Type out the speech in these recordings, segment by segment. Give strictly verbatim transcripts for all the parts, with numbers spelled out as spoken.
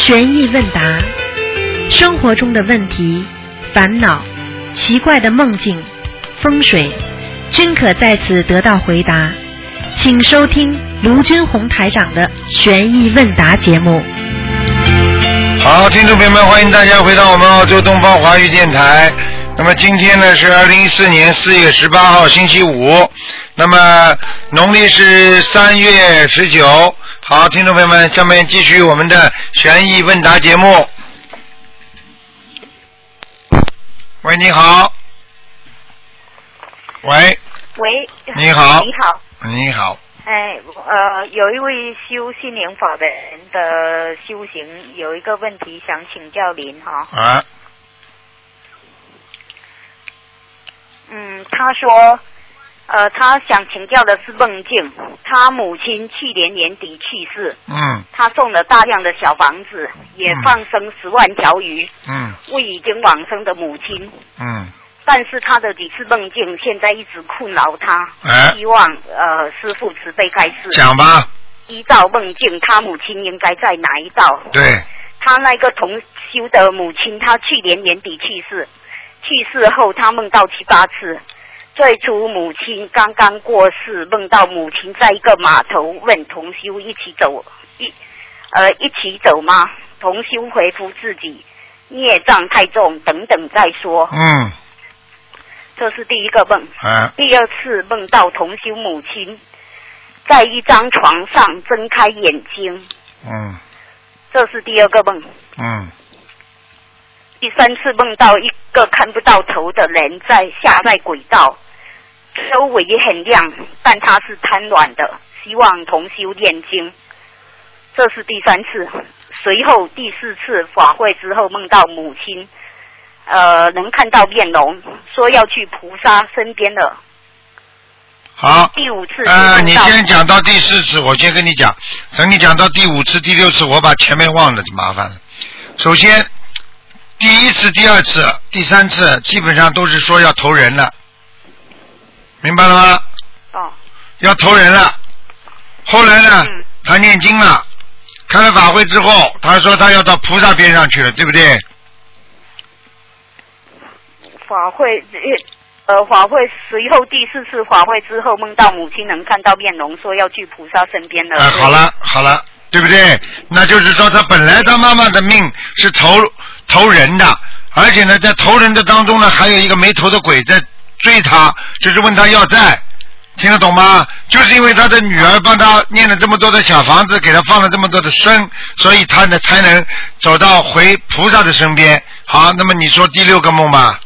悬疑问答，生活中的问题、烦恼、奇怪的梦境、风水，均可在此得到回答。请收听卢军红台长的悬疑问答节目。 好，听众朋友们，欢迎大家回到我们澳洲东方华语电台。那么今天呢是二零一四年四月十八号星期五，那么农历是三月十九。好，听众朋友们，下面继续我们的悬疑问答节目。喂，你好。喂。 喂。 你好。 你好。 你好。 哎，呃，有一位修心灵法的人的修行有一个问题想请教您哈。 啊。 嗯，他说，呃，他想请教的是梦境。他母亲去年年底去世。 嗯。 他送了大量的小房子，也放生十万条鱼。 嗯。 为已经往生的母亲。 嗯。 但是他的几次梦境现在一直困扰他， 哎、 希望呃师父慈悲开示。 讲吧。 依照梦境，他母亲应该在哪一道？ 对。 他那个同修的母亲，他去年年底去世，去世后他梦到七八次。最初母亲刚刚过世，梦到母亲在一个码头，问同修一起走，一呃一起走吗？同修回复自己孽障太重，等等再说。 嗯。 这是第一个梦。 啊、 第二次梦到同修母亲在一张床上睁开眼睛。 嗯。 这是第二个梦。 嗯。 第三次梦到一个看不到头的人在下在轨道，周围很亮，但他是贪婪的，希望同修念经。这是第三次。随后第四次法会之后梦到母亲呃，能看到面容，说要去菩萨身边了。 好。 第五次。 呃，你先讲到第四次，我先跟你讲。等你讲到第五次、第六次，我把前面忘了，就麻烦了。首先，第一次、第二次、第三次，基本上都是说要投人了，明白了吗？ 哦。 要投人了。后来呢， 嗯、 他念经了，开了法会之后，他说他要到菩萨边上去了，对不对？ 法会呃，法会随后第四次法会之后梦到母亲能看到面容，说要去菩萨身边了。 呃，好了好了，对不对？那就是说他本来他妈妈的命是投投人的，而且呢在投人的当中呢还有一个没投的鬼在追他，就是问他要债，听得懂吗？就是因为他的女儿帮他念了这么多的小房子，给他放了这么多的生，所以他呢才能走到回菩萨的身边。好，那么你说第六个梦吧。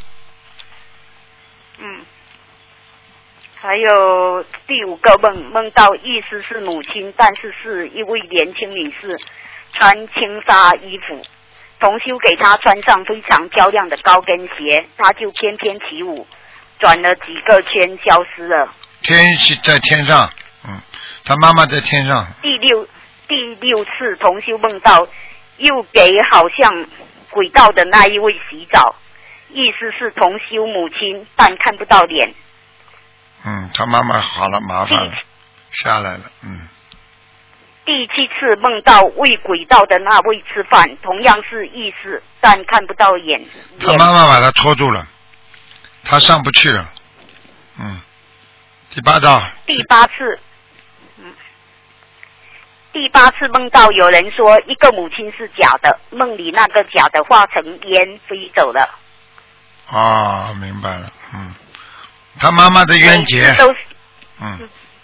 嗯，还有第五个梦，梦到意思是母亲，但是是一位年轻女士，穿轻纱衣服，同修给她穿上非常漂亮的高跟鞋，她就翩翩起舞，转了几个圈消失了。 天在天上，嗯，他妈妈在天上。 第六第六次同修梦到又给好像轨道的那一位洗澡，意思是同修母亲，但看不到脸。 嗯，他妈妈好了，麻烦了，下来了，嗯。 第七次梦到为轨道的那位吃饭，同样是意思，但看不到眼。 他妈妈把他拖住了，他上不去了。嗯。第八道。 第八次，嗯，第八次梦到有人说一个母亲是假的，梦里那个假的化成烟飞走了。 啊、哦，明白了，嗯。他妈妈的冤结。 都是。 嗯。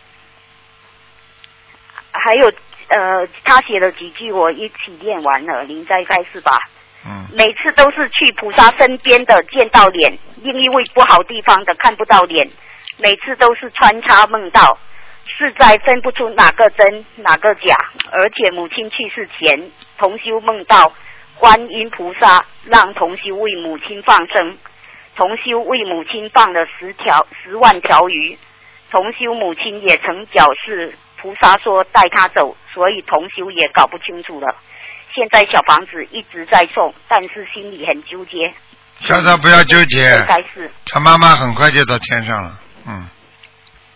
还有呃，他写了几句，我一起念完了，您再开始吧。 嗯。 每次都是去菩萨身边的见到脸，另一位不好地方的看不到脸。每次都是穿插梦到，实在分不出哪个真哪个假。而且母亲去世前，同修梦到观音菩萨让同修为母亲放生，同修为母亲放了十条十万条鱼，同修母亲也曾表示菩萨说带他走，所以同修也搞不清楚了。现在小房子一直在送，但是心里很纠结。 叫他不要纠结， 应该是他妈妈很快就到天上了。嗯。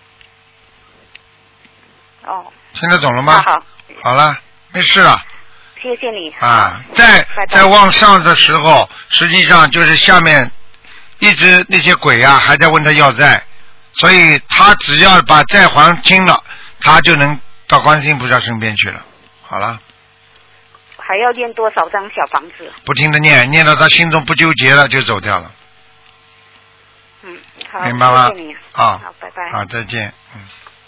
哦。 听得懂了吗？ 好。 好了，没事了。 谢谢你。 啊，在拜拜在往上的时候，实际上就是下面一直那些鬼啊还在问他要债，所以他只要把债还清了，他就能到观世音菩萨身边去了。好了。 还要念多少张小房子？ 不停的念，念到他心中不纠结了，就走掉了。 嗯，好， 明白吗？ 谢谢你。 啊， 好，拜拜。 好，再见。嗯。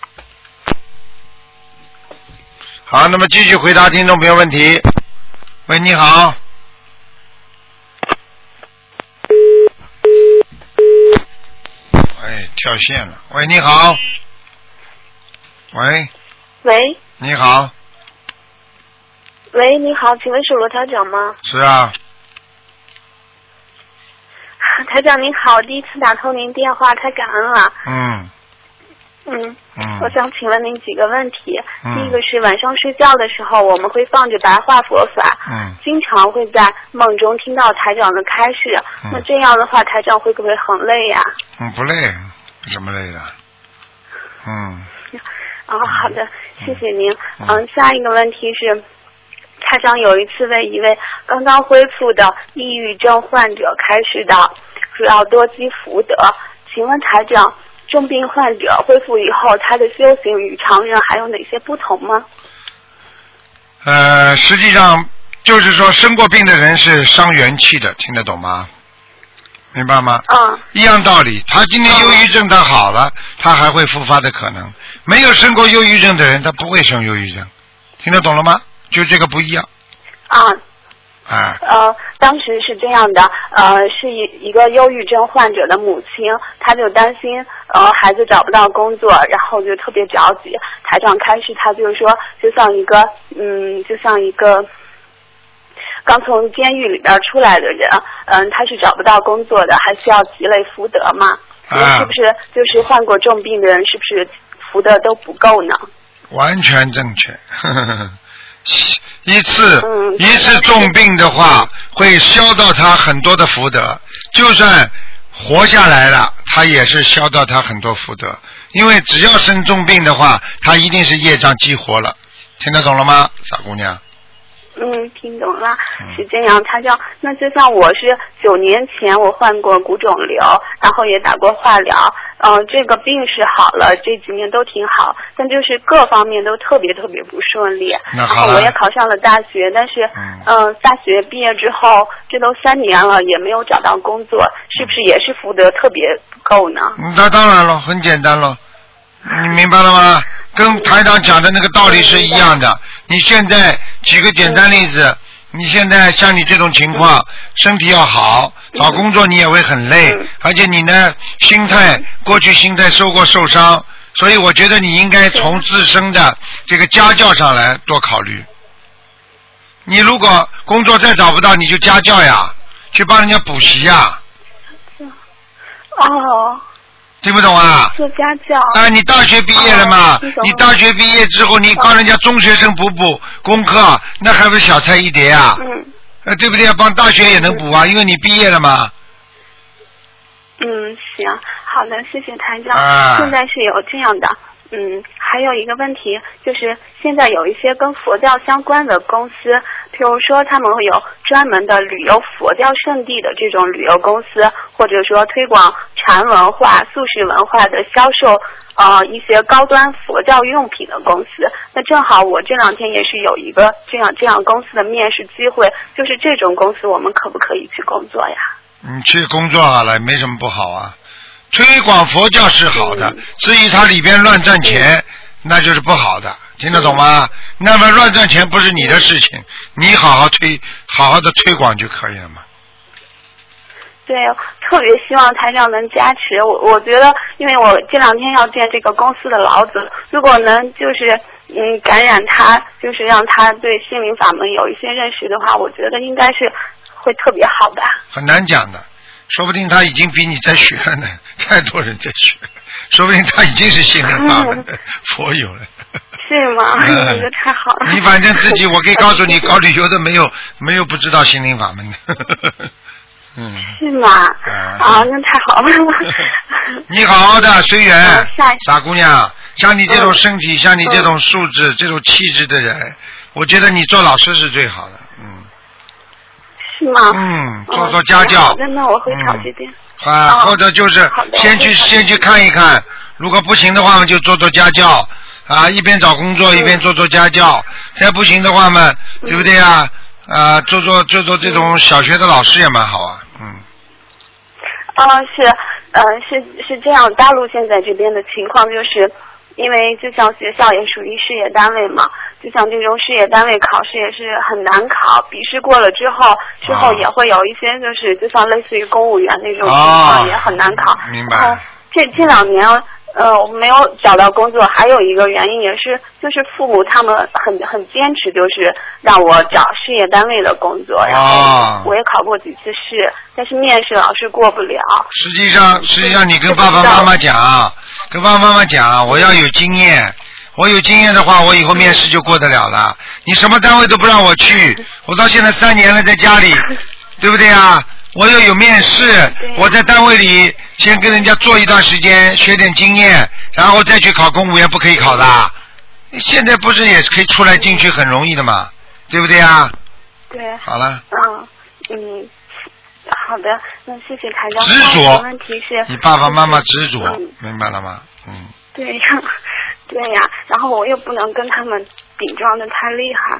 好，那么继续回答听众朋友问题。喂，你好。哎，跳线了。喂，你好。喂。 喂。 你好。 喂，你好，请问是罗台长吗？ 是啊。 台长您好，第一次打通您电话，太感恩了。 嗯。 嗯。 嗯。 我想请问您几个问题。 嗯。 第一个是晚上睡觉的时候，我们会放着白话佛法。 嗯。 经常会在梦中听到台长的开示。 嗯。 那这样的话，台长会不会很累呀？ 嗯，不累，怎么累的？嗯。 啊、哦，好的，谢谢您。嗯，嗯下一个问题是。台长有一次为一位刚刚恢复的抑郁症患者开示道，说要多积福德。请问台长，重病患者恢复以后，他的修行与常人还有哪些不同吗？ 呃，实际上就是说，生过病的人是伤元气的，听得懂吗？明白吗？ 嗯。 一样道理，他今天忧郁症他好了，嗯、他还会复发的可能。没有生过忧郁症的人，他不会生忧郁症，听得懂了吗？就这个不一样。 啊。 啊。 呃，当时是这样的，呃，是一一个忧郁症患者的母亲，她就担心呃孩子找不到工作，然后就特别着急。台长开始他就是说，就像一个嗯，就像一个刚从监狱里边出来的人，嗯、呃，他是找不到工作的，还需要积累福德嘛？ 啊。 是不是就是患过重病的人，是不是福德都不够呢？ 完全正确。呵呵呵一次、 嗯、 一次重病的话，会消到他很多的福德。就算活下来了，他也是消到他很多福德。因为只要生重病的话，他一定是业障激活了。听得懂了吗，傻姑娘？ 嗯，听懂了，是这样。他叫那就像我是九年前我患过骨肿瘤，然后也打过化疗，嗯、呃，这个病是好了，这几年都挺好，但就是各方面都特别特别不顺利。 然后我也考上了大学，但是嗯、呃，大学毕业之后，这都三年了，也没有找到工作，是不是也是福德特别不够呢？ 那当然了，很简单了，你明白了吗？跟台长讲的那个道理是一样的。你现在举个简单例子，你现在像你这种情况，身体要好，找工作你也会很累，而且你呢心态过去心态受过受伤，所以我觉得你应该从自身的这个家教上来多考虑。你如果工作再找不到，你就家教呀，去帮人家补习呀。 哦。 听不懂啊？ 做家教。 啊，你大学毕业了嘛？ 哦、 你大学毕业之后，你帮人家中学生补补功课，那还不是小菜一碟啊？ 嗯。 呃，对不对？帮大学也能补啊，因为你毕业了嘛。 嗯，行，好的，谢谢台长。 啊。 现在是有这样的。嗯，还有一个问题就是，现在有一些跟佛教相关的公司，譬如说他们会有专门的旅游佛教圣地的这种旅游公司，或者说推广禅文化、素食文化的销售，呃，一些高端佛教用品的公司。那正好我这两天也是有一个这样这样公司的面试机会，就是这种公司我们可不可以去工作呀？ 你去工作好了，没什么不好啊。推广佛教是好的，至于它里边乱赚钱，那就是不好的，听得懂吗？那么乱赚钱不是你的事情，你好好推，好好的推广就可以了嘛。 对，特别希望台长能加持我。我觉得，因为我这两天要见这个公司的老总，如果能就是嗯感染他，就是让他对心灵法门有一些认识的话，我觉得应该是会特别好的。 很难讲的。说不定他已经比你在学了呢，太多人在学，说不定他已经是心灵法门的佛友了。 是吗？你觉得太好了。 你反正自己，我可以告诉你，搞旅游的没有没有不知道心灵法门的。嗯。是吗？啊，那太好了。 你好好的，随缘。 啊、 傻姑娘，像你这种身体，嗯、像你这种素质、嗯、这种气质的人， 我觉得你做老师是最好的，嗯。 是吗？ 嗯，做做家教。 好的，那我会考虑点。 啊，或者就是先去先去看一看，如果不行的话嘛，就做做家教啊，一边找工作一边做做家教。再不行的话嘛，对不对啊？啊，做做做做这种小学的老师也蛮好啊，嗯。 啊，是，呃，是是这样，大陆现在这边的情况就是。因为就像学校也属于事业单位嘛，就像这种事业单位考试也是很难考，笔试过了之后，之后也会有一些就是就像类似于公务员那种情况也很难考。 明白。 这这两年呃我没有找到工作，还有一个原因也是就是父母他们很很坚持，就是让我找事业单位的工作，然后我也考过几次试，但是面试老是过不了。 实际上实际上你跟爸爸妈妈讲。跟爸爸妈妈讲，我要有经验，我有经验的话，我以后面试就过得了了。你什么单位都不让我去，我到现在三年了，在家里，对不对啊？我要有面试，我在单位里先跟人家做一段时间，学点经验，然后再去考公务员，不可以考的。现在不是也可以出来进去很容易的嘛，对不对啊？ 对。 好了。 嗯嗯。好的，那谢谢台长。 执着。 问题是， 你爸爸妈妈执着， 嗯、 明白了吗？嗯。 对呀，对呀，然后我又不能跟他们顶撞的太厉害。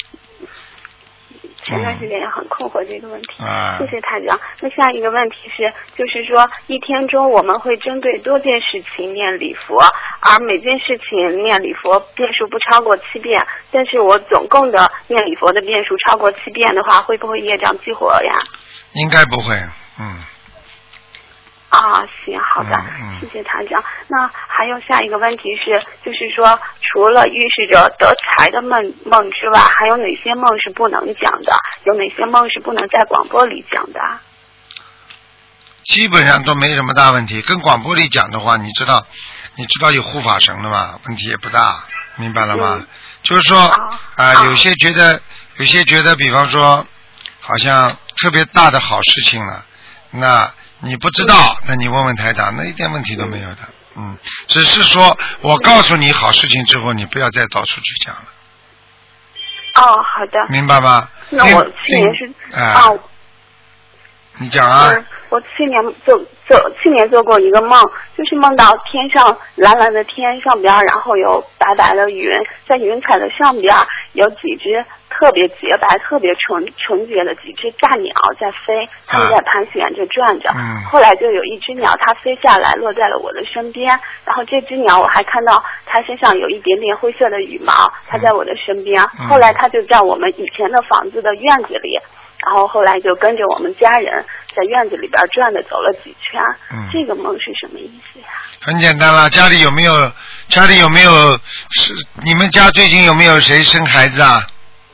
前段时间也很困惑这个问题。 嗯、 谢谢台长。那下一个问题是，就是说一天中我们会针对多件事情念礼佛，而每件事情念礼佛遍数不超过七遍，但是我总共的念礼佛的遍数超过七遍的话，会不会业障激活呀？ 应该不会，嗯。 啊，行，好的， 嗯嗯、 谢谢台长。那还有下一个问题是，就是说，除了预示着得财的梦梦之外，还有哪些梦是不能讲的？有哪些梦是不能在广播里讲的？ 基本上都没什么大问题。跟广播里讲的话，你知道，你知道有护法神了嘛？问题也不大，明白了吗？ 嗯、 就是说啊、呃，有些觉得，有些觉得，比方说，好像特别大的好事情了，那。你不知道，那你问问台长，那一点问题都没有的。嗯，只是说我告诉你好事情之后，你不要再到处去讲了。 哦，好的。 明白吗？ 那我去年是啊、呃，你讲啊。 嗯，我去年做做去年做过一个梦，就是梦到天上蓝蓝的天上边，然后有白白的云，在云彩的上边有几只特别洁白、特别纯纯洁的几只大鸟在飞，它们在盘旋着转着。 嗯。 后来就有一只鸟，它飞下来落在了我的身边，然后这只鸟我还看到它身上有一点点灰色的羽毛，它在我的身边。 嗯、 后来它就在我们以前的房子的院子里。然后后来就跟着我们家人在院子里边转着走了几圈。 嗯， 这个梦是什么意思呀？ 很简单了，家里有没有家里有没有是你们家最近有没有谁生孩子啊？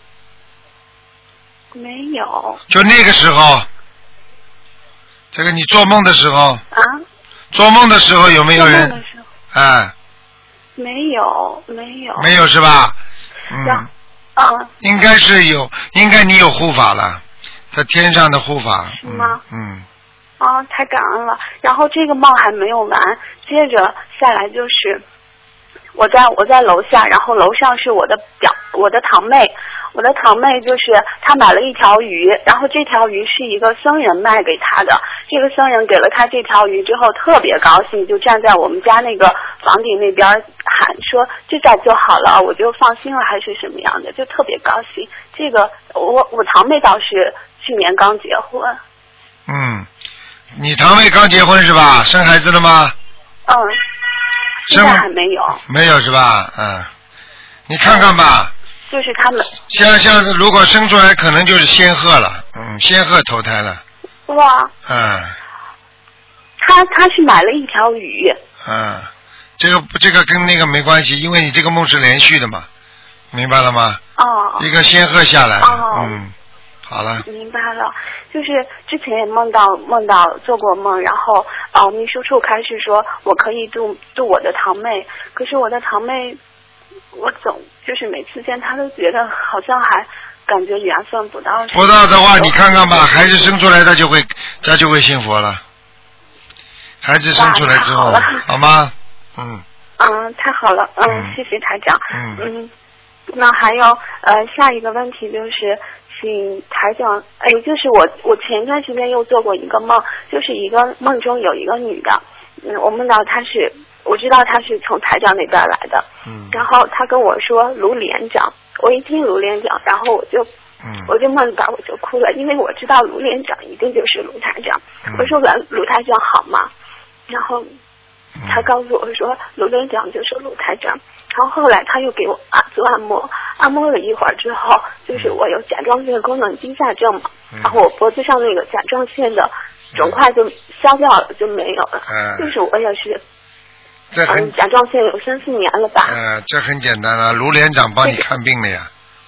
没有。 就那个时候，这个你做梦的时候啊？ 做梦的时候有没有人？ 做梦的时候啊？ 没有，没有。 没有是吧？嗯。 啊。 应该是有，应该你有护法了。在天上的护法是吗？ 嗯。 啊，太感恩了。然后这个梦还没有完，接着下来就是我在我在楼下，然后楼上是我的表我的堂妹，我的堂妹就是她买了一条鱼，然后这条鱼是一个僧人卖给她的，这个僧人给了她这条鱼之后特别高兴，就站在我们家那个房顶那边喊说这下就好了，我就放心了还是什么样的，就特别高兴。这个我我堂妹倒是去年刚结婚。 嗯，你堂妹刚结婚是吧？生孩子了吗？ 嗯，现在还没有。 没有是吧？嗯，你看看吧。 就是他们。 像像如果生出来，可能就是仙鹤了，嗯，仙鹤投胎了。 哇。 嗯。 他他是买了一条鱼。 嗯，这个这个跟那个没关系，因为你这个梦是连续的嘛，明白了吗？ 哦。 一个仙鹤下来。 哦。 嗯。好了， 明白了。就是之前也梦到梦到做过梦，然后呃秘书处开始说我可以度度我的堂妹，可是我的堂妹我总就是每次见她都觉得好像还感觉缘分不到。 不到的话你看看吧，孩子生出来他就会他就会信佛了。孩子生出来之后，好吗？嗯。 嗯，太好了，嗯， 嗯谢谢台长。 嗯。 嗯。 那还有呃下一个问题就是请台长，哎，就是我我前一段时间又做过一个梦，就是一个梦中有一个女的，嗯，我梦到她是，我知道她是从台长那边来的， 嗯， 然后她跟我说卢连长，我一听卢连长，然后我就。 嗯， 我就梦到我就哭了，因为我知道卢连长一定就是卢台长。 嗯、 我说卢卢台长好吗？然后他告诉我说卢连长就是卢台长。然后后来他又给我啊做按摩，按摩了一会儿之后，就是我有甲状腺功能低下症嘛， 嗯、 然后我脖子上那个甲状腺的肿块就消掉了，就没有了。 嗯、 就是我也是。 这很、 嗯、甲状腺有三四年了吧？ 呃，这很简单了，卢连长帮你看病了呀。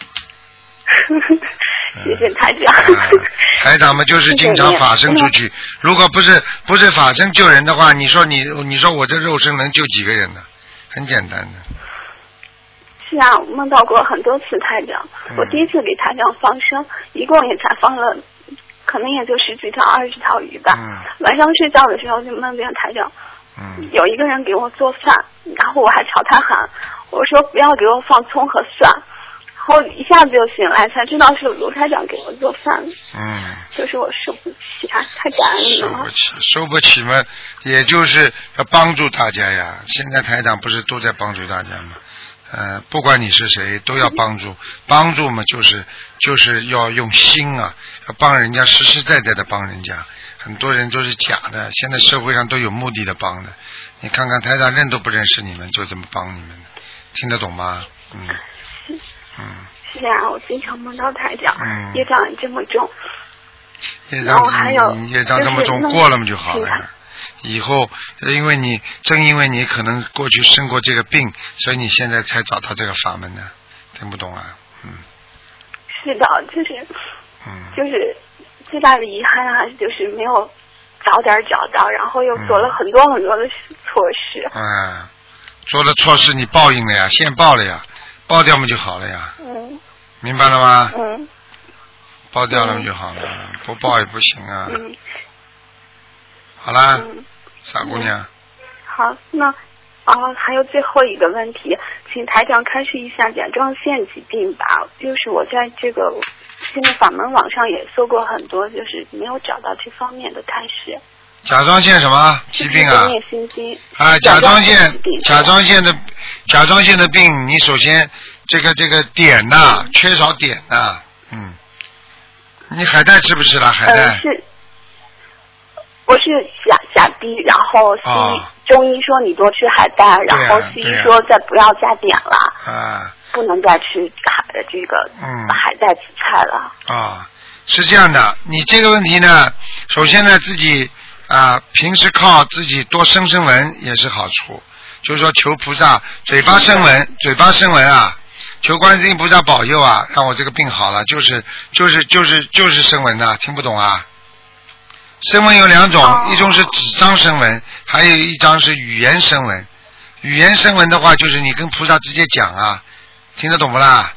谢谢台长。 嗯、台长嘛，就是经常法身出去。如果不是不是法身救人的话，你说你你说我这肉身能救几个人呢？很简单的。 是啊，我梦到过很多次台长。 嗯、 我第一次给台长放生，一共也才放了，可能也就十几条、二十条鱼吧。 嗯、 晚上睡觉的时候就梦见台长。 嗯、 有一个人给我做饭，然后我还朝他喊，我说不要给我放葱和蒜。然后一下子就醒来，才知道是卢台长给我做饭。 嗯， 就是我受不起啊，太感恩了。 受不起，受不起嘛，也就是要帮助大家呀。现在台长不是都在帮助大家吗？呃，不管你是谁，都要帮助。帮助嘛，就是就是要用心啊，要帮人家，实实在在的帮人家。很多人都是假的，现在社会上都有目的的帮的。你看看台长认都不认识你们，就这么帮你们，听得懂吗？嗯。嗯， 是啊，我经常梦到台长， 嗯、 业障这么重， 业障你业障这么重，过了嘛就好了呀。以后，因为你正因为你可能过去生过这个病，所以你现在才找到这个法门呢。听不懂啊？嗯。 是的，就是， 嗯， 就是最大的遗憾还是就是没有早点找到，然后又做了很多很多的错事。 嗯，做了错事你报应了呀，现报了呀。报掉嘛就好了呀， 嗯， 明白了吗？ 嗯， 报掉了嘛就好了，嗯、不报也不行啊。 嗯， 好啦， 嗯、 傻姑娘。 好，那啊、哦、还有最后一个问题，请台长开示一下甲状腺疾病吧。就是我在这个现在法门网上也搜过很多，就是没有找到这方面的开示。 甲状腺什么疾病啊？啊，甲状腺，甲状腺的甲状腺的病，你首先这个这个碘呐、嗯，缺少碘呐，嗯，你海带吃不吃了？海带？ 呃、是，我是甲甲 B， 然后西、哦、中医说你多吃海带，然后西医说再不要加碘了， 啊， 不能再吃海这个嗯海带紫菜了。 啊、哦，是这样的，你这个问题呢，首先呢自己。啊，平时靠自己多生生文也是好处，就是说求菩萨嘴巴生文，嘴巴生文啊，求观世音菩萨保佑啊，让我这个病好了，就是就是就是就是生文呐，听不懂啊？生文有两种，一种是纸张生文，还有一张是语言生文。语言生文的话，就是你跟菩萨直接讲啊，听得懂不啦？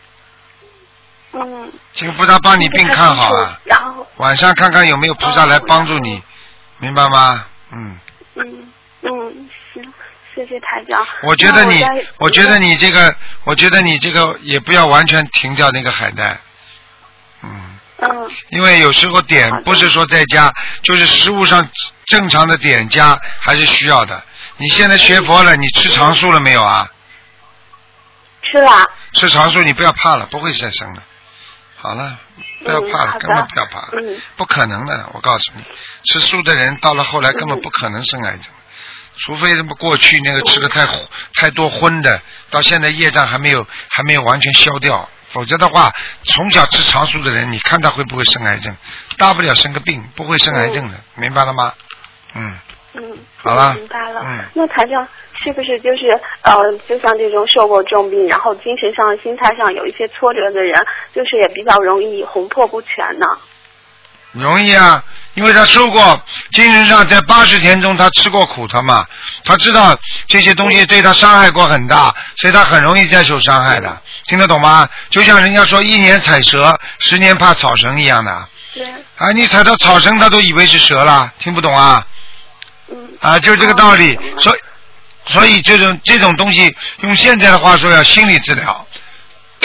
嗯。 请菩萨帮你病看好啊， 然后晚上看看有没有菩萨来帮助你。明白吗？嗯。 嗯嗯，行，谢谢台长。 我觉得你，我, 我觉得你这个，我觉得你这个也不要完全停掉那个海带。嗯。 嗯。 因为有时候碘不是说在家，就是食物上正常的碘加还是需要的。你现在学佛了，你吃长素了没有啊？ 吃了。 吃长素你不要怕了，不会再生了。好了。不要怕了、嗯，根本不要怕、 嗯， 不可能的。我告诉你，吃素的人到了后来根本不可能生癌症，嗯、除非什么过去那个吃的太、嗯、太多荤的，到现在业障还没有还没有完全消掉，否则的话，从小吃长素的人，你看他会不会生癌症？大不了生个病，不会生癌症的，嗯、明白了吗？嗯。 嗯， 好了。 明白了。 嗯。 那台长是不是就是呃，就像这种受过重病，然后精神上、心态上有一些挫折的人，就是也比较容易魂魄不全呢？ 容易啊，因为他受过精神上在八十天中他吃过苦头嘛，他知道这些东西对他伤害过很大，所以他很容易再受伤害的，嗯、听得懂吗？就像人家说一年踩蛇，十年怕草绳一样的。 对。 啊，你踩到草绳，他都以为是蛇了，听不懂啊？ 嗯。 啊，就这个道理，所以。所以这种这种东西，用现在的话说，要心理治疗。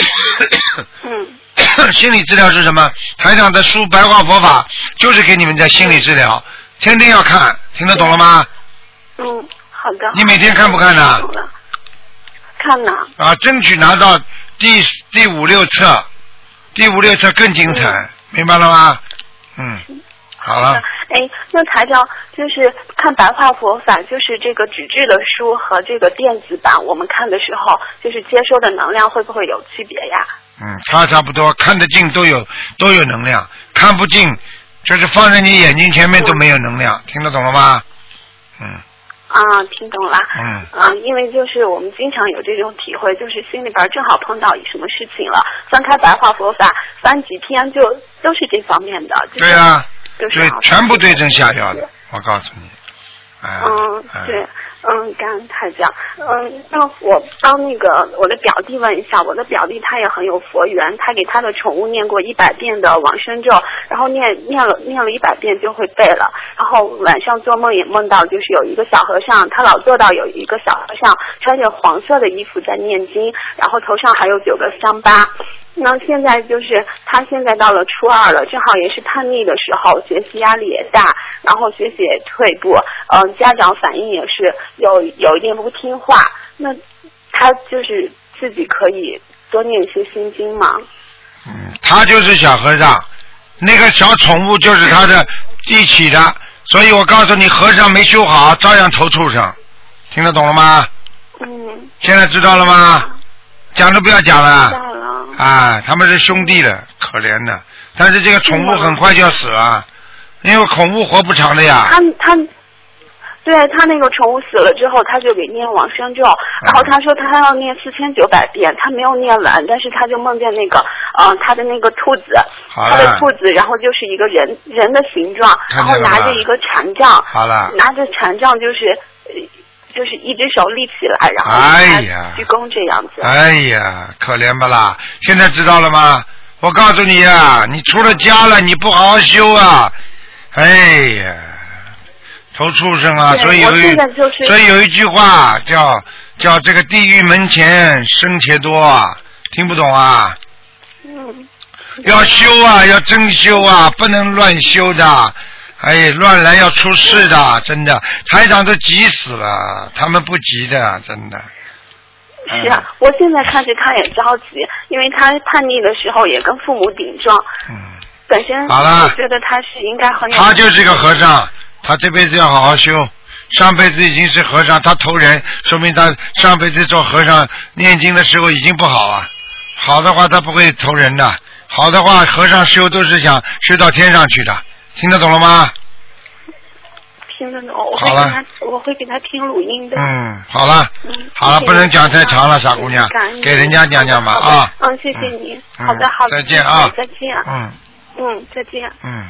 嗯。 心理治疗是什么？台长的书《白话佛法》就是给你们的心理治疗，天天要看，听得懂了吗？ 嗯，好的。 你每天看不看呢？ 看呢。 啊，争取拿到第第五六册，第五六册更精彩，嗯、明白了吗？嗯，好了。 哎，那台长就是看白话佛法，就是这个纸质的书和这个电子版，我们看的时候，就是接收的能量会不会有区别呀？ 嗯，差差不多，看得进都有都有能量，看不进就是放在你眼睛前面都没有能量，嗯、听得懂了吗？嗯。 啊，听懂了。 嗯。 啊，因为就是我们经常有这种体会，就是心里边正好碰到什么事情了，翻开白话佛法，翻几篇就都是这方面的。就是、 对啊。 就是对，全部对症下药的，我告诉你。哎、 嗯， 哎、 对，嗯，感恩台长。嗯，那我帮那个我的表弟问一下，我的表弟他也很有佛缘，他给他的宠物念过一百遍的往生咒，然后念念了念了一百遍就会背了，然后晚上做梦也梦到就是有一个小和尚，他老做到有一个小和尚穿着黄色的衣服在念经，然后头上还有九个伤疤。那现在就是他现在到了初二了，正好也是叛逆的时候，学习压力也大，然后学习也退步，嗯、呃，家长反应也是有有一点不听话。那他就是自己可以多念一些心经吗？ 嗯，他就是小和尚，那个小宠物就是他的一起的，所以我告诉你，和尚没修好，照样投畜生，听得懂了吗？ 嗯。 现在知道了吗？讲都不要讲了。 知道了。 啊，他们是兄弟了，可怜的。但是这个宠物很快就要死了，因为宠物活不长的呀。 他他，对他那个宠物死了之后，他就给念往生咒，然后他说他要念四千九百遍，他没有念完，但是他就梦见那个，呃，他的那个兔子，他的兔子，然后就是一个人人的形状，然后拿着一个禅杖， 好了， 拿着禅杖就是。就是一只手立起来，然后哎呀， 鞠躬这样子。 哎呀，可怜吧啦！现在知道了吗？我告诉你啊，你出了家了，你不好好修啊！哎呀，投畜生啊！所以有一、就是、所以有一句话叫叫这个地狱门前生且多啊，听不懂啊？ 嗯。 要修啊，要真修啊，不能乱修的。哎，乱来要出事的，真的，台长都急死了，他们不急的，真的。 是啊，嗯、我现在看着他也着急，因为他叛逆的时候也跟父母顶撞。 嗯。 本身好了， 我觉得他是应该很有。 他就是个和尚，他这辈子要好好修。上辈子已经是和尚，他投人，说明他上辈子做和尚念经的时候已经不好了。好的话，他不会投人的；好的话，和尚修都是想修到天上去的。听得懂了吗？ 听得懂，我会给他，我会给他听录音的。 嗯，好了， 嗯， 好了，不能讲太长了，傻姑娘，给人家讲讲吧啊。 嗯，谢谢你。嗯、好的，好的。 再见啊！ 再见。 嗯。 嗯，再见。 嗯。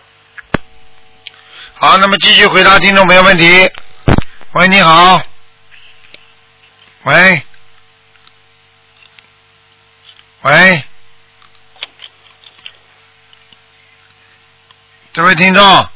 好，那么继续回答听众朋友问题。喂，你好。喂。喂。这位听众，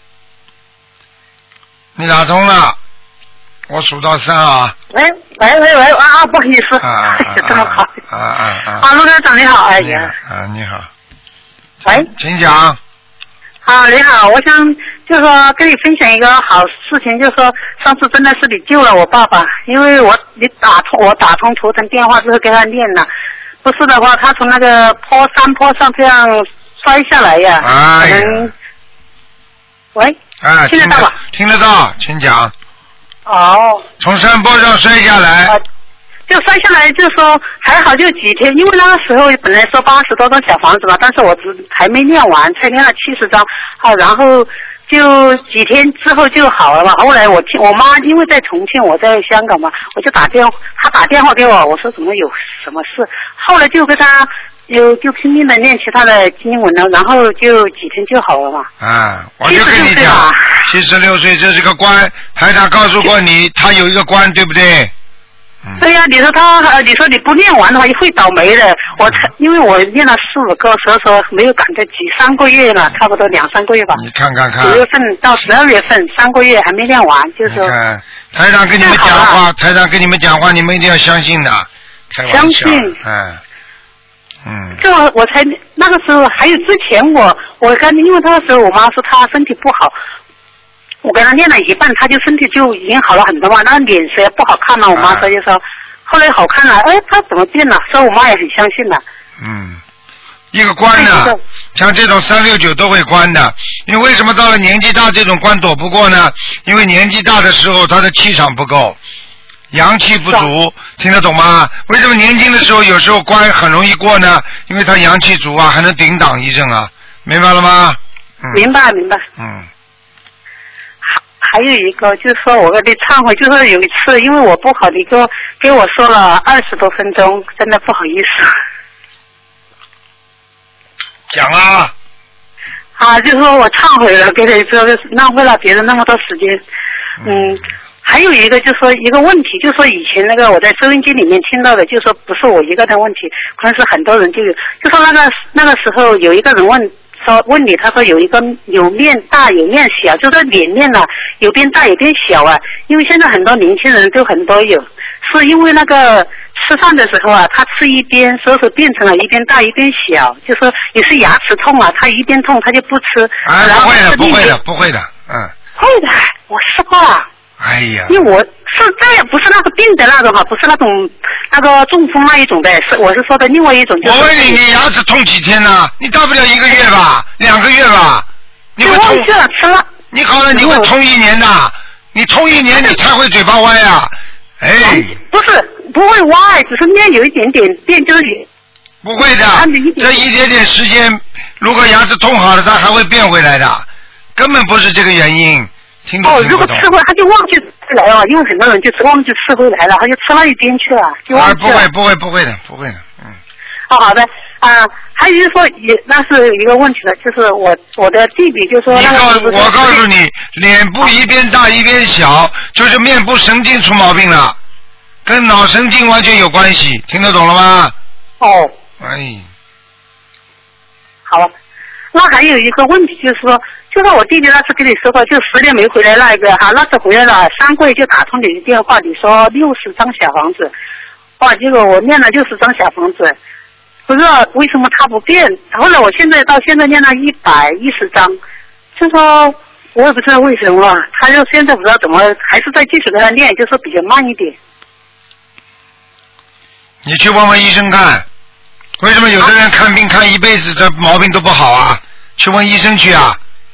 你打通了，我数到三啊。 喂喂喂喂啊，不好意思， 啊啊啊这么好。 啊啊啊！ 啊，陆台长你好，哎呀。 啊，你好。 喂。 请讲。 啊，你好，我想就说跟你分享一个好事情，就是说上次真的是你救了我爸爸，因为我你打通我打通图腾电话之后给他念了，不是的话他从那个坡山坡上这样摔下来呀。 哎呀。 喂， 哎， 听得到吧？ 听得到，请讲。 哦。 从山坡上摔下来。 呃、就摔下来，就说还好，就几天，因为那个时候本来说八十多张小房子嘛，但是我只还没念完，才念了七十张，好、啊，然后就几天之后就好了嘛。后来我听我妈因为在重庆，我在香港嘛，我就打电话，她打电话给我，我说怎么有什么事？后来就跟她。就就拼命的念其他的经文了，然后就几天就好了嘛。 啊，我就跟你讲，七十六岁这是个官，台长告诉过你，他有一个官，对不对？ 嗯、对呀、啊，你说他，你说你不念完的话，会倒霉的。我才、嗯、因为我念了四五个，所以说没有赶得及，三个月了，差不多两三个月吧。 你看看看。 九月份到十二月份，三个月还没念完，就是说。 看，台长跟你们讲话，台长跟你们讲话，你们一定要相信的。开玩笑。 相信。 嗯。 嗯。 就我我才那个时候还有之前我我跟因为那个时候我妈说她身体不好，我跟她念了一半，她就身体就已经好了很多嘛，那脸色也不好看了，我妈说就说。后来好看了，哎，他怎么变了？所以我妈也很相信了。 嗯，一个关呢，像这种三六九都会关的，因为为什么到了年纪大这种关躲不过呢？因为年纪大的时候他的气场不够，阳气不足，听得懂吗？为什么年轻的时候有时候关很容易过呢？因为他阳气足啊，还能顶挡一阵啊，明白了吗？ 嗯、明白明白。 嗯。 还有一个就是说，我跟你忏悔，就是有一次，因为我不好，你给我给我说了二十多分钟，真的不好意思。 讲啊。 啊，就说我忏悔了，给你说浪费了别人那么多时间。嗯，嗯还有一个就是说一个问题，就是说以前那个我在收音机里面听到的，就是说不是我一个的问题，可能是很多人就有，就说那个那个时候有一个人问。说问你，他说有一个有面大有面小，就说脸面啊有边大有边小啊。因为现在很多年轻人都很多有，是因为那个吃饭的时候啊，他吃一边，所以说变成了一边大一边小，就说也是牙齿痛啊，他一边痛他就不吃。 啊，不会的，不会的，不会的，嗯。 会的，我试过了。 哎呀， 因为我是这也不是那个病的那种哈，不是那种那个中风那一种的，是我是说的另外一种。就是、 我问你，你牙齿痛几天呢？你大不了一个月吧，两个月吧。你会痛？ 吃了吃了。 你好了，你会痛一年的，你痛一年你才会嘴巴歪啊！哎。 不是不会歪，只是面有一点点变，就是。 不会的，这一点点时间，如果牙齿痛好了，它还会变回来的，根本不是这个原因。听懂哦，如果吃回他就忘记吃来了，因为很多人就是忘记吃回来了，他就吃到一边去了，就忘记了。 啊，不会不会不会的，不会的，嗯。 哦，好的啊、呃，还有就是说也那是一个问题了，就是我我的弟弟就说那个。 你告我告诉你，脸部一边大一边小，就是面部神经出毛病了，跟脑神经完全有关系，听得懂了吗？ 哦。 哎。 好了。那还有一个问题就是说，就是我弟弟那次跟你说过，就十年没回来那个哈，那次回来了三个月就打通你的电话，你说六十张小房子，哇，结果我念了六十张小房子，不知道为什么他不变，后来我现在到现在念了一百一十张，就说我也不知道为什么，他就现在不知道怎么还是在继续跟他念，就说比较慢一点。 你去问问医生看，为什么有的人看病看一辈子这毛病都不好啊？去问医生去啊！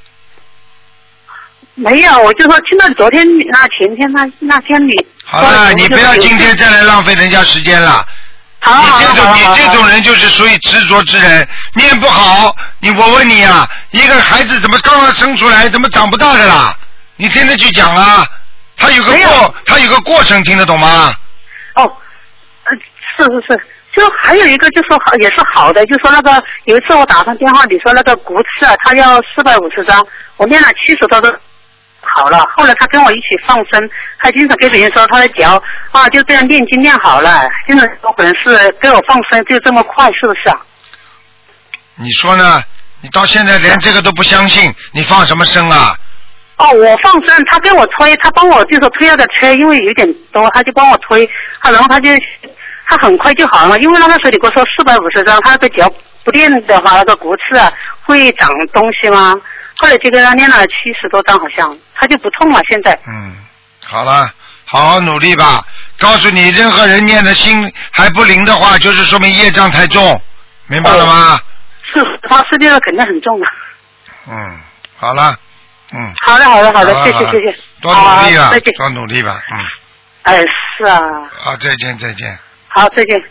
没有，我就说听到昨天那前天那那天你。 好了，你不要今天再来浪费人家时间了。 好好你这种你这种人就是属于执着之人，念不好。你我问你啊，一个孩子怎么刚刚生出来，怎么长不大的啦？你天天去讲啊，他有个过，他有个过程，听得懂吗？ 哦，呃，是是是。就还有一个就说也是好的，就说那个有一次我打通电话，你说那个骨刺啊，他要四百五十张，我念了七十多都好了。后来他跟我一起放生，他经常跟别人说他的脚啊就这样念经念好了，经常说可能是跟我放生就这么快，是不是啊？ 你说呢？你到现在连这个都不相信，你放什么生啊？ 哦，我放生，他跟我推，他帮我就说推那个车，因为有点多，他就帮我推，他然后他就。他很快就好了，因为那个时候你跟我说四百五十张，他的脚不练的话，那个骨刺啊会长东西吗？后来就给他练了七十多张，好像他就不痛了。现在嗯，好了，好好努力吧。告诉你，任何人念的心还不灵的话，就是说明业障太重，明白了吗？ 是，他世界上肯定很重的。 嗯，好了，嗯。 好的，好的，好的，谢谢，谢谢。 多努力啊！ 再见。 多努力吧，嗯。 哎，是啊。 好，再见，再见。 好，再见。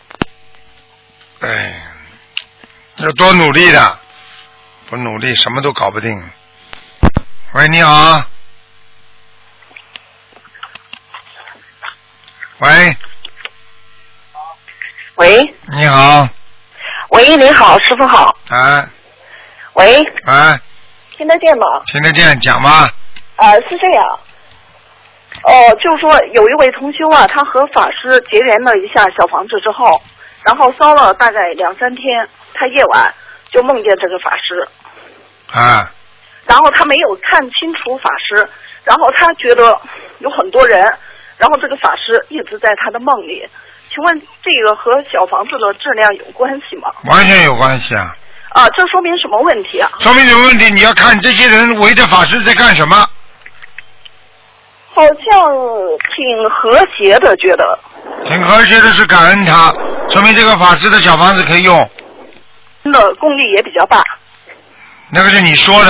哎，要多努力的，不努力什么都搞不定。喂，你好。喂。 喂。 你好。 喂，你好，师傅好。 哎。 喂。 哎。 听得见吗？ 听得见，讲吧。 呃，是这样。哦，就是说有一位同修啊，他和法师结缘了一下小房子之后，然后烧了大概两三天，他夜晚就梦见这个法师。 啊。 然后他没有看清楚法师，然后他觉得有很多人，然后这个法师一直在他的梦里， 请问这个和小房子的质量有关系吗？ 完全有关系啊！ 啊，这说明什么问题啊？ 说明什么问题？你要看这些人围着法师在干什么。 好像挺和谐的，觉得。 挺和谐的是感恩他，说明这个法师的小房子可以用。 的功力也比较大。 那个是你说的。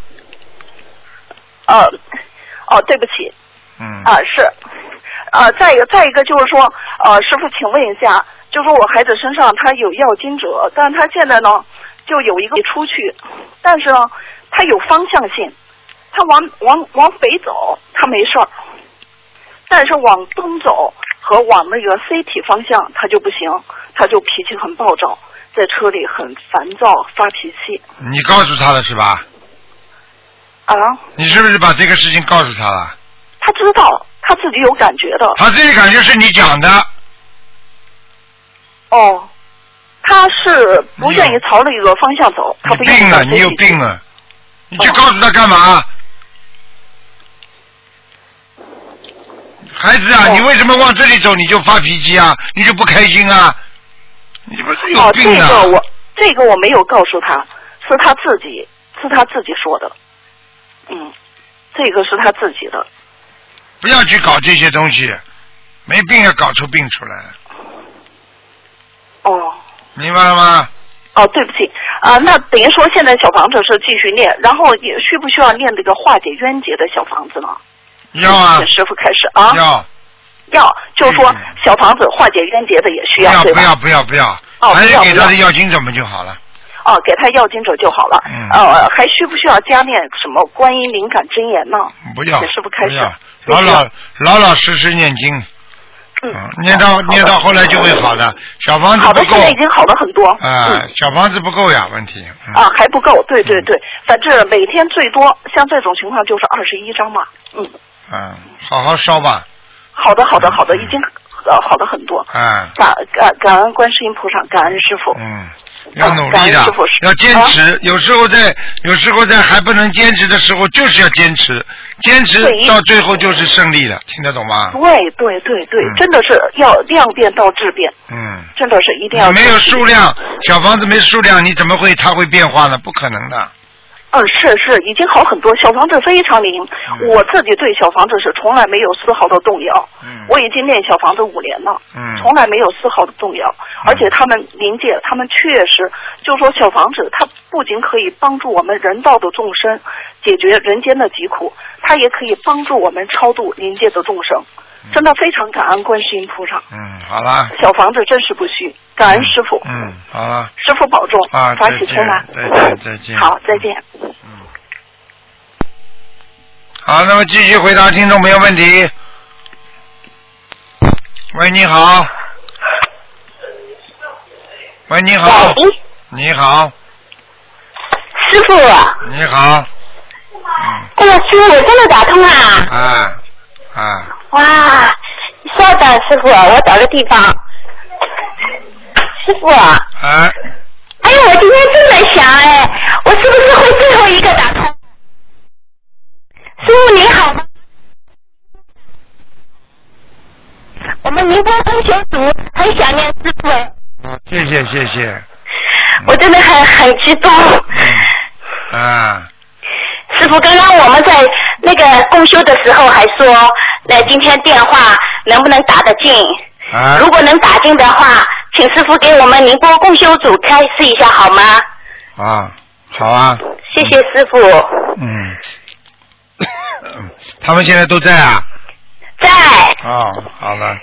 呃，哦，对不起。 嗯。 啊，是。呃，再一个，再一个就是说，呃，师傅，请问一下，就说我孩子身上他有要经者，但是他现在呢，就有一个出去，但是呢，他有方向性，他往往往北走，他没事儿，但是往东走和往那个 C 体方向他就不行，他就脾气很暴躁，在车里很烦躁，发脾气。 你告诉他了是吧？ 啊？ 你是不是把这个事情告诉他了？ 他知道。他自己有感觉的。 他自己感觉是你讲的。 哦，他是不愿意朝那个方向走，他不愿意。 病了，你有病了，你去告诉他干嘛？哦、孩子啊、哦，你为什么往这里走你就发脾气啊？你就不开心啊？你不是有病啊？ 哦，这个我这个我没有告诉他，是他自己是他自己说的。嗯，这个是他自己的。 不要去搞这些东西，没病要搞出病出来。 哦， 明白了吗？ 哦，对不起啊、呃，那等于说现在小房子是继续念，然后也需不需要念这个化解冤结的小房子呢？ 要啊。 师傅开始啊。 要。 要，就是说小房子化解冤结的也需要， 对吧？不要不要不要， 哦， 还是给他的要经者们就好了。 哦，给他要经者就好了。 嗯。 呃，还需不需要加念什么观音灵感真言呢？ 不要。 师傅开始。 老老老老实实念经， 嗯， 念到念到后来就会好的。小房子不够， 好的，现在已经好了很多。 啊、呃嗯，小房子不够呀，问题。 嗯、啊，还不够，对对对，反正每天最多像这种情况就是二十一张嘛，嗯。 嗯，好好烧吧。 好的，好的，好的，已经呃好的很多。 嗯。 感感感恩观世音菩萨，感恩师傅。 嗯。要努力的，要坚持、啊。有时候在，有时候在还不能坚持的时候，就是要坚持，坚持到最后就是胜利了，听得懂吗？ 对对对对、嗯，真的是要量变到质变。 嗯， 真的是一定要。 没有数量，小房子没数量，你怎么会它会变化呢？不可能的。 嗯，是是，已经好很多，小房子非常灵、嗯。我自己对小房子是从来没有丝毫的动摇。嗯，我已经练小房子五年了。嗯，从来没有丝毫的动摇。嗯、而且他们灵界，他们确实就说小房子，它不仅可以帮助我们人道的众生解决人间的疾苦，它也可以帮助我们超度灵界的众生。真的非常感恩观世音菩萨。 嗯，好了。 小房子真是不虚，感恩师傅。 嗯，好了。 师傅保重， 啊， 法喜充满。 再见，再见。 好，再见。 嗯。好，那么继续回答听众朋友问题。喂，你好。喂，你好。 喂。 你好。 师傅。 你好。嗯。 哎呀，师傅，我真的打通了。 啊。啊！ 哇，稍等，师傅，我找个地方。师傅。 哎。 哎呦，我今天正在想，哎，我是不是会最后一个打通？师傅您好吗？我们宁波同学组很想念师傅。 嗯，谢谢谢谢。 我真的很很激动。 嗯。啊。 师傅，刚刚我们在那个共修的时候还说，那今天电话能不能打得进？ 啊。 如果能打进的话，请师傅给我们宁波共修组开示一下好吗？ 啊，好啊。 谢谢师傅。 嗯。他们现在都在啊？ 在。 哦，好了。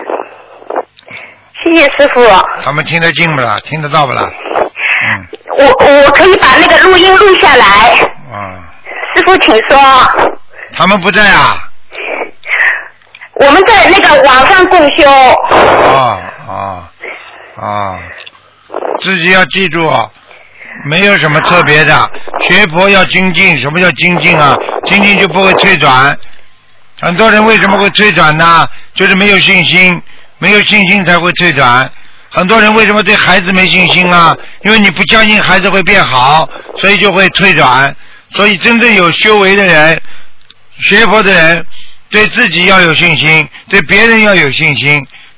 谢谢师傅。 他们听得进不啦？听得到不啦？嗯。 我我可以把那个录音录下来。 啊。 师傅，请说。 他们不在啊。 我们在那个网上共修。 啊啊啊！自己要记住，没有什么特别的。学佛要精进，什么叫精进啊？精进就不会退转。很多人为什么会退转呢？就是没有信心，没有信心才会退转。很多人为什么对孩子没信心啊？因为你不相信孩子会变好，所以就会退转。所以真正有修为的人，学佛的人，对自己要有信心，对别人要有信心，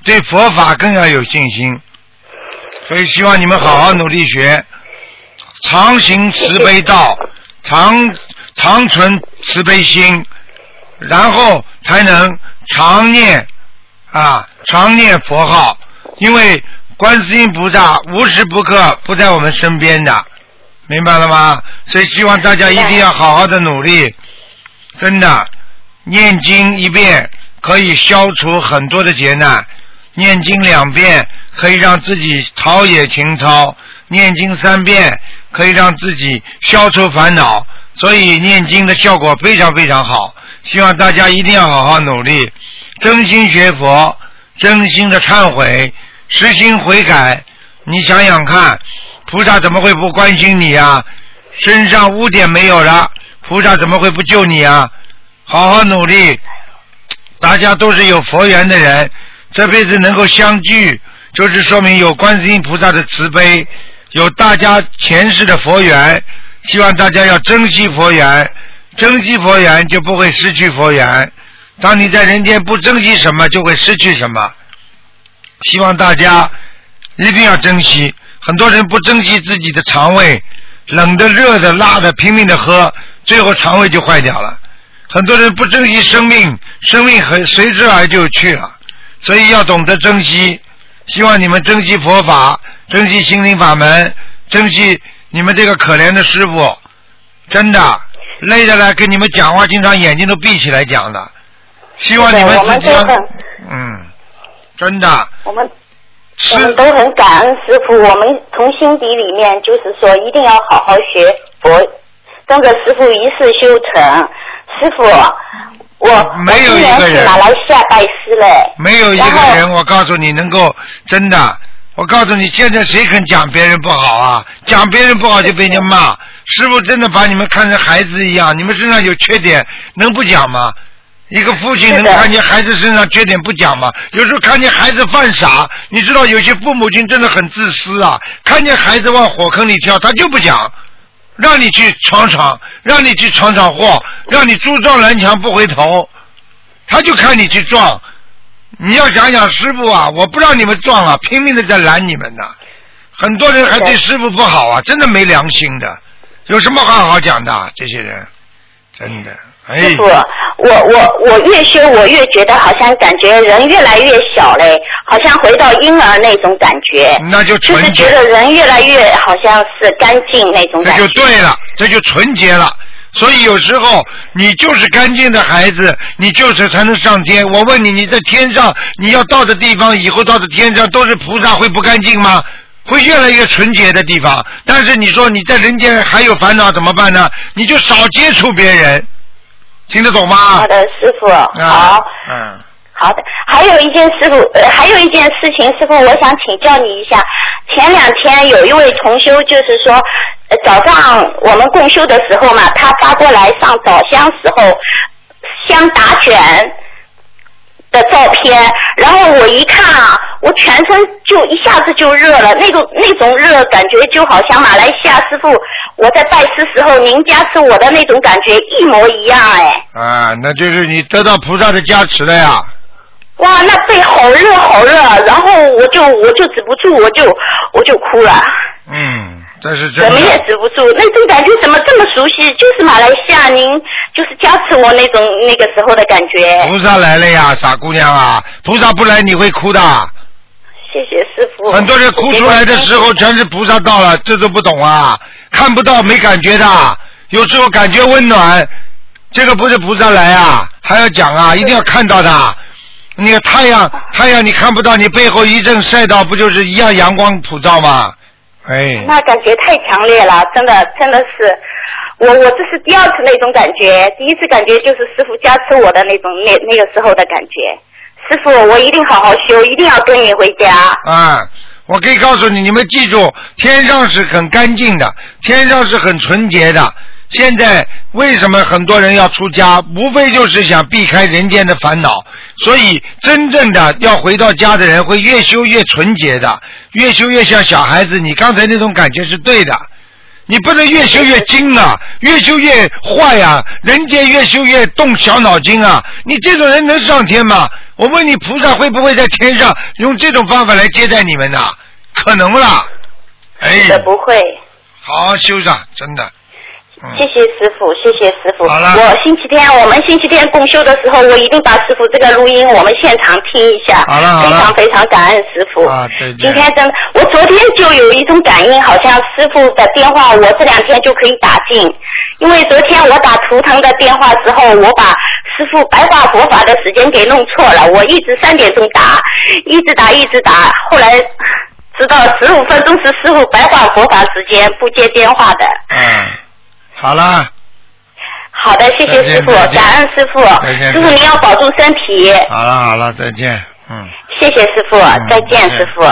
对佛法更要有信心。所以希望你们好好努力学，常行慈悲道，常常存慈悲心，然后才能常念啊常念佛号，因为观世音菩萨无时不刻不在我们身边的，明白了吗？所以希望大家一定要好好的努力，真的，念经一遍可以消除很多的劫难，念经两遍可以让自己陶冶情操，念经三遍可以让自己消除烦恼，所以念经的效果非常非常好。希望大家一定要好好努力，真心学佛，真心的忏悔，实心悔改。你想想看，菩萨怎么会不关心你啊？身上污点没有了，菩萨怎么会不救你啊？好好努力，大家都是有佛缘的人，这辈子能够相聚，就是说明有观世音菩萨的慈悲，有大家前世的佛缘。希望大家要珍惜佛缘，珍惜佛缘就不会失去佛缘。当你在人间不珍惜什么，就会失去什么。希望大家一定要珍惜。很多人不珍惜自己的肠胃，冷的、热的、辣的拼命的喝，最后肠胃就坏掉了。很多人不珍惜生命，生命很随之而就去了，所以要懂得珍惜。希望你们珍惜佛法，珍惜心灵法门，珍惜你们这个可怜的师父，真的累着来跟你们讲话，经常眼睛都闭起来讲的。希望你们自己要嗯，真的我们我们都很感恩师父，我们从心底里面就是说一定要好好学佛，跟着师父一世修成。师父，我没有一个人去马来西亚拜师嘞， 没有一个人我告诉你能够真的，我告诉你现在谁肯讲别人不好啊？讲别人不好就被人家骂。师父真的把你们看成孩子一样，你们身上有缺点能不讲吗？一个父亲能看见孩子身上缺点不讲吗？有时候看见孩子犯傻，你知道有些父母亲真的很自私啊，看见孩子往火坑里跳他就不讲，让你去闯闯，让你去闯闯祸，让你猪撞南墙不回头，他就看你去撞。你要想想师父啊，我不让你们撞啊，拼命的在拦你们呢。很多人还对师父不好啊，真的没良心的，有什么话好讲的？这些人真的。哎、 师父，我我我越修我越觉得好像感觉人越来越小嘞，好像回到婴儿那种感觉。 那就纯洁， 就是觉得人越来越好像是干净那种感觉。 这就对了，这就纯洁了。所以有时候你就是干净的孩子，你就是才能上天。我问你，你在天上，你要到的地方，以后到的天上都是菩萨，会不干净吗？会越来越纯洁的地方。但是你说你在人间还有烦恼怎么办呢？你就少接触别人，听得懂吗？ 好的，师傅， 啊、 好。 嗯。 好的，还有一件师傅，呃，还有一件事情，师傅，我想请教你一下。前两天有一位同修，就是说，呃、早上我们共修的时候嘛，他发过来上早香时候香打卷的照片，然后我一看啊，我全身就一下子就热了，那种那种热感觉就好像马来西亚师傅我在拜师时候您加持我的那种感觉一模一样哎。 啊，那就是你得到菩萨的加持了呀。 哇，那背好热好热，然后我就我就止不住，我就我就哭了。 嗯，这是真的。 怎么也止不住，那种感觉怎么这么熟悉？就是马来西亚您就是加持我那种那个时候的感觉。 菩萨来了呀，傻姑娘啊！菩萨不来你会哭的。 谢谢师父。 很多人哭出来的时候全是菩萨到了，这都不懂啊，看不到没感觉的，有时候感觉温暖，这个不是菩萨来啊，还要讲啊，一定要看到的。那个太阳，太阳你看不到，你背后一阵晒到，不就是一样阳光普照吗？哎， 那感觉太强烈了，真的真的是，我我这是第二次那种感觉，第一次感觉就是师父加持我的那种那那个时候的感觉。师父，我一定好好修，一定要跟你回家。 啊，我可以告诉你，你们记住，天上是很干净的，天上是很纯洁的。现在为什么很多人要出家，无非就是想避开人间的烦恼，所以真正的要回到家的人会越修越纯洁的，越修越像小孩子。你刚才那种感觉是对的， 你不能越修越精啊，越修越坏啊，人间越修越动小脑筋啊！你这种人能上天吗？我问你，菩萨会不会在天上用这种方法来接待你们呢？可能啦，哎， 这不会。 好好修上，真的。嗯、 谢谢师傅，谢谢师傅。 好了。 我星期天，我们星期天共修的时候，我一定把师傅这个录音我们现场听一下。 好了好了。 非常非常感恩师傅。 啊，对对。 今天真，我昨天就有一种感应，好像师傅的电话我这两天就可以打进，因为昨天我打图腾的电话之后，我把师傅白话佛法的时间给弄错了，我一直三点钟打，一直打一直打，后来知道十五分钟是师傅白话佛法时间，不接电话的。 嗯。好了， 好的，谢谢师傅，感恩师傅，师傅您要保重身体。 好了好了，再见，嗯。 谢谢师傅，嗯、再见师傅。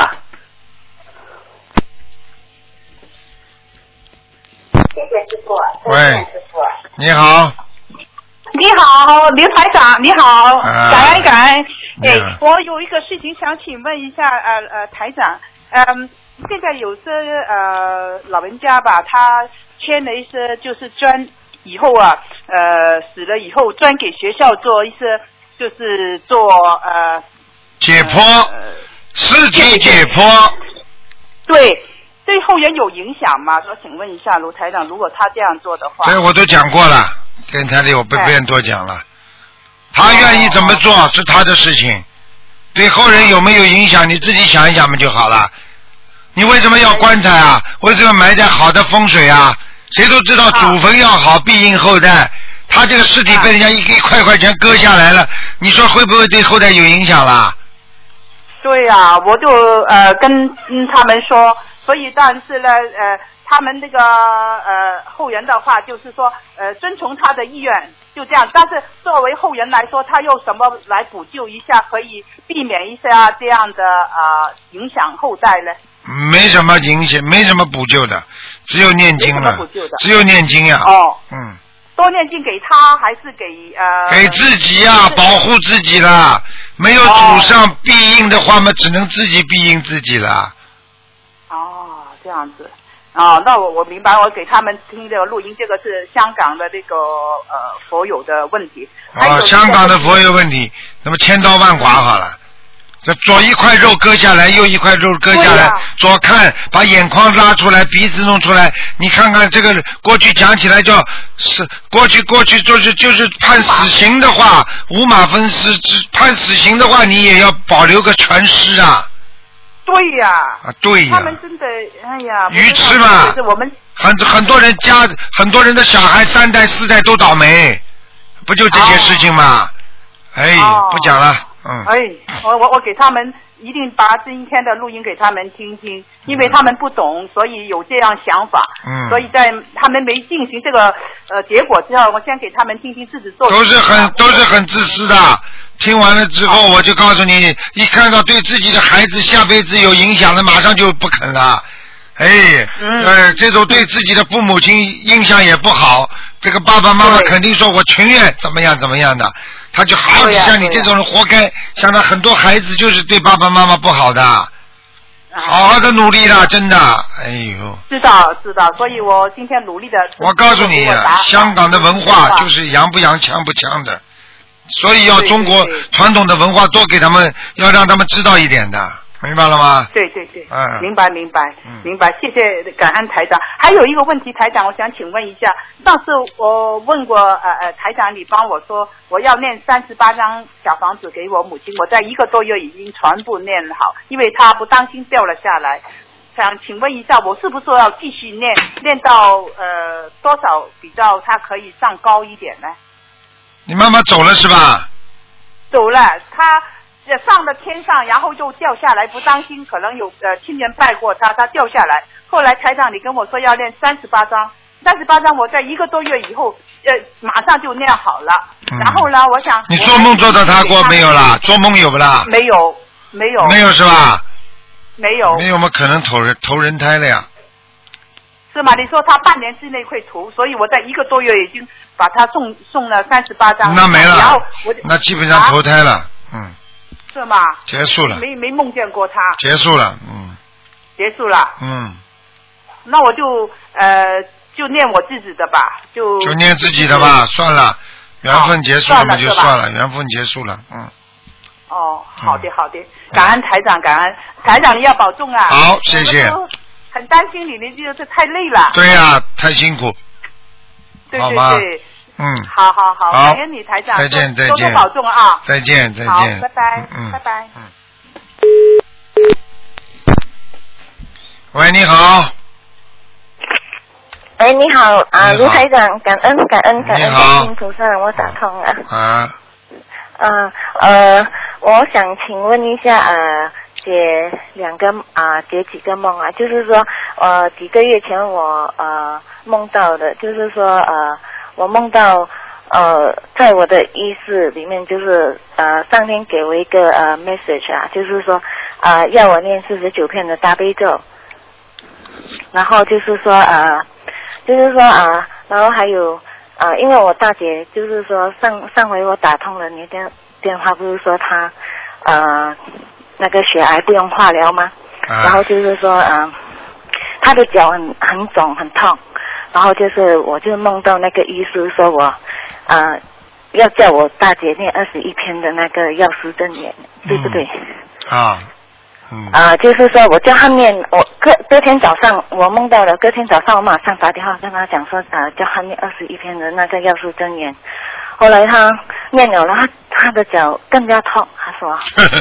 谢谢师傅。 喂，师傅。你好。 你好，刘台长，你好， 啊、 感恩感恩。哎，我有一个事情想请问一下，呃呃，台长，嗯，现在有些呃老人家吧，他签了一些就是专以后啊，呃死了以后专给学校做一些就是做呃解剖，呃、尸体解剖。 对，对后人有影响吗？说请问一下卢台长，如果他这样做的话。 对，我都讲过了，电台里我不便多讲了。他愿意怎么做是他的事情，对后人有没有影响你自己想一想嘛就好了。你为什么要棺材啊？为什么埋点好的风水啊？谁都知道祖坟要好，必应后代。他这个尸体被人家一一块块全割下来了，你说会不会对后代有影响啦？ 对呀、啊，我就呃跟嗯他们说，所以但是呢呃他们那个呃后人的话就是说呃遵从他的意愿就这样，但是作为后人来说，他用什么来补救一下，可以避免一下这样的啊、呃、影响后代呢？ 没什么影响，没什么补救的，只有念经了，只有念经呀、啊。 哦， 嗯。 多念经给他还是给呃？ 给自己呀、啊，保护自己啦。没有祖上庇应的话嘛，只能自己庇应自己了。 哦，这样子。啊、哦，那我我明白，我给他们听这个录音，这个是香港的那个呃佛友的问题。 啊、哦，香港的佛友问题，那么千刀万剐好了。这左一块肉割下来，右一块肉割下来，左看把眼眶拉出来，鼻子弄出来，你看看这个过去讲起来叫是过去过去就是就是判死刑的话，五马分尸，判死刑的话，你也要保留个全尸啊。 对呀、 啊。啊，对呀。 他们真的，哎呀。 愚痴嘛。 我们很很多人家很多人的小孩三代四代都倒霉，不就这些事情吗？哦、哎，哦、不讲了。嗯， 哎，我我我给他们一定把今天的录音给他们听听，因为他们不懂，所以有这样想法。 嗯， 所以在他们没进行这个呃结果之后，我先给他们听听自己做。 都是很都是很自私的，听完了之后，我就告诉你，一看到对自己的孩子下辈子有影响的，马上就不肯了。哎， 嗯、 呃，这种对自己的父母亲印象也不好，这个爸爸妈妈肯定说我情愿怎么样怎么样的。他就好像你这种人活该，像他很多孩子就是对爸爸妈妈不好的，好好的努力了，真的，哎呦。 知道知道，所以我今天努力的。 我告诉你，香港的文化就是洋不洋、强不强的，所以要中国传统的文化多给他们，要让他们知道一点的。明白了吗？ 对对对， 嗯， 明白明白、 嗯、 明白，谢谢感恩台长。还有一个问题，台长，我想请问一下，上次我问过呃呃台长，你帮我说我要念三十八张小房子给我母亲，我在一个多月已经全部念好，因为她不当心掉了下来。想请问一下，我是不是要继续念，念到呃多少比较她可以上高一点呢？ 你妈妈走了是吧？ 走了，她。上了天上，然后又掉下来，不当心可能有呃亲人拜过他，他掉下来。后来台长你跟我说要练三十八章，三十八章我在一个多月以后，呃马上就练好了。嗯、然后呢，我想你做梦做到他过没有啦？做梦有不啦？ 没有，没有。 没有是吧？ 没有。 没有嘛？可能投人投人胎了呀。 是吗？你说他半年之内会投，所以我在一个多月已经把他送送了三十八章。 那没了。 然后我那基本上投胎了，啊、嗯。 是吗？ 结束了。 没没梦见过他。 结束了，嗯。 结束了。 嗯。 那我就呃就念我自己的吧，就就念自己的吧，算了，缘分结束了嘛就算了，缘分结束了，嗯。 哦，好的好的，感恩台长，感恩台长，你要保重啊。 好，谢谢。 很担心你，你就是太累了。 对呀、啊，太辛苦。 对对对。 嗯。 好好好，感恩你台长， 再见再见， 多多保重啊。 再见再见。 好，拜拜。 嗯， 拜拜。 嗯。喂，你好。 哎，你好啊，卢台长，感恩感恩感恩观世音菩萨，我打通了。 啊。 啊呃，我想请问一下呃，解两个啊、呃、解几个梦啊，就是说呃几个月前我呃梦到的，就是说呃我梦到呃在我的意识里面，就是呃上天给我一个呃 message 啊，就是说呃要我念四十九篇的大悲咒，然后就是说呃就是说啊、呃，然后还有。啊、呃，因为我大姐就是说上上回我打通了你的电话，不是说她呃那个血癌不用化疗吗？啊、然后就是说呃她的脚很很肿很痛，然后就是我就梦到那个医师说我呃要叫我大姐念二十一篇的那个药师真言，对不对？ 嗯、啊。嗯， 啊、呃，就是说我叫他念，我隔隔天早上我梦到了，隔天早上我马上打电话跟他讲说，呃，叫他念二十一篇的那个药师真言。后来他念了，然后他的脚更加痛，他说。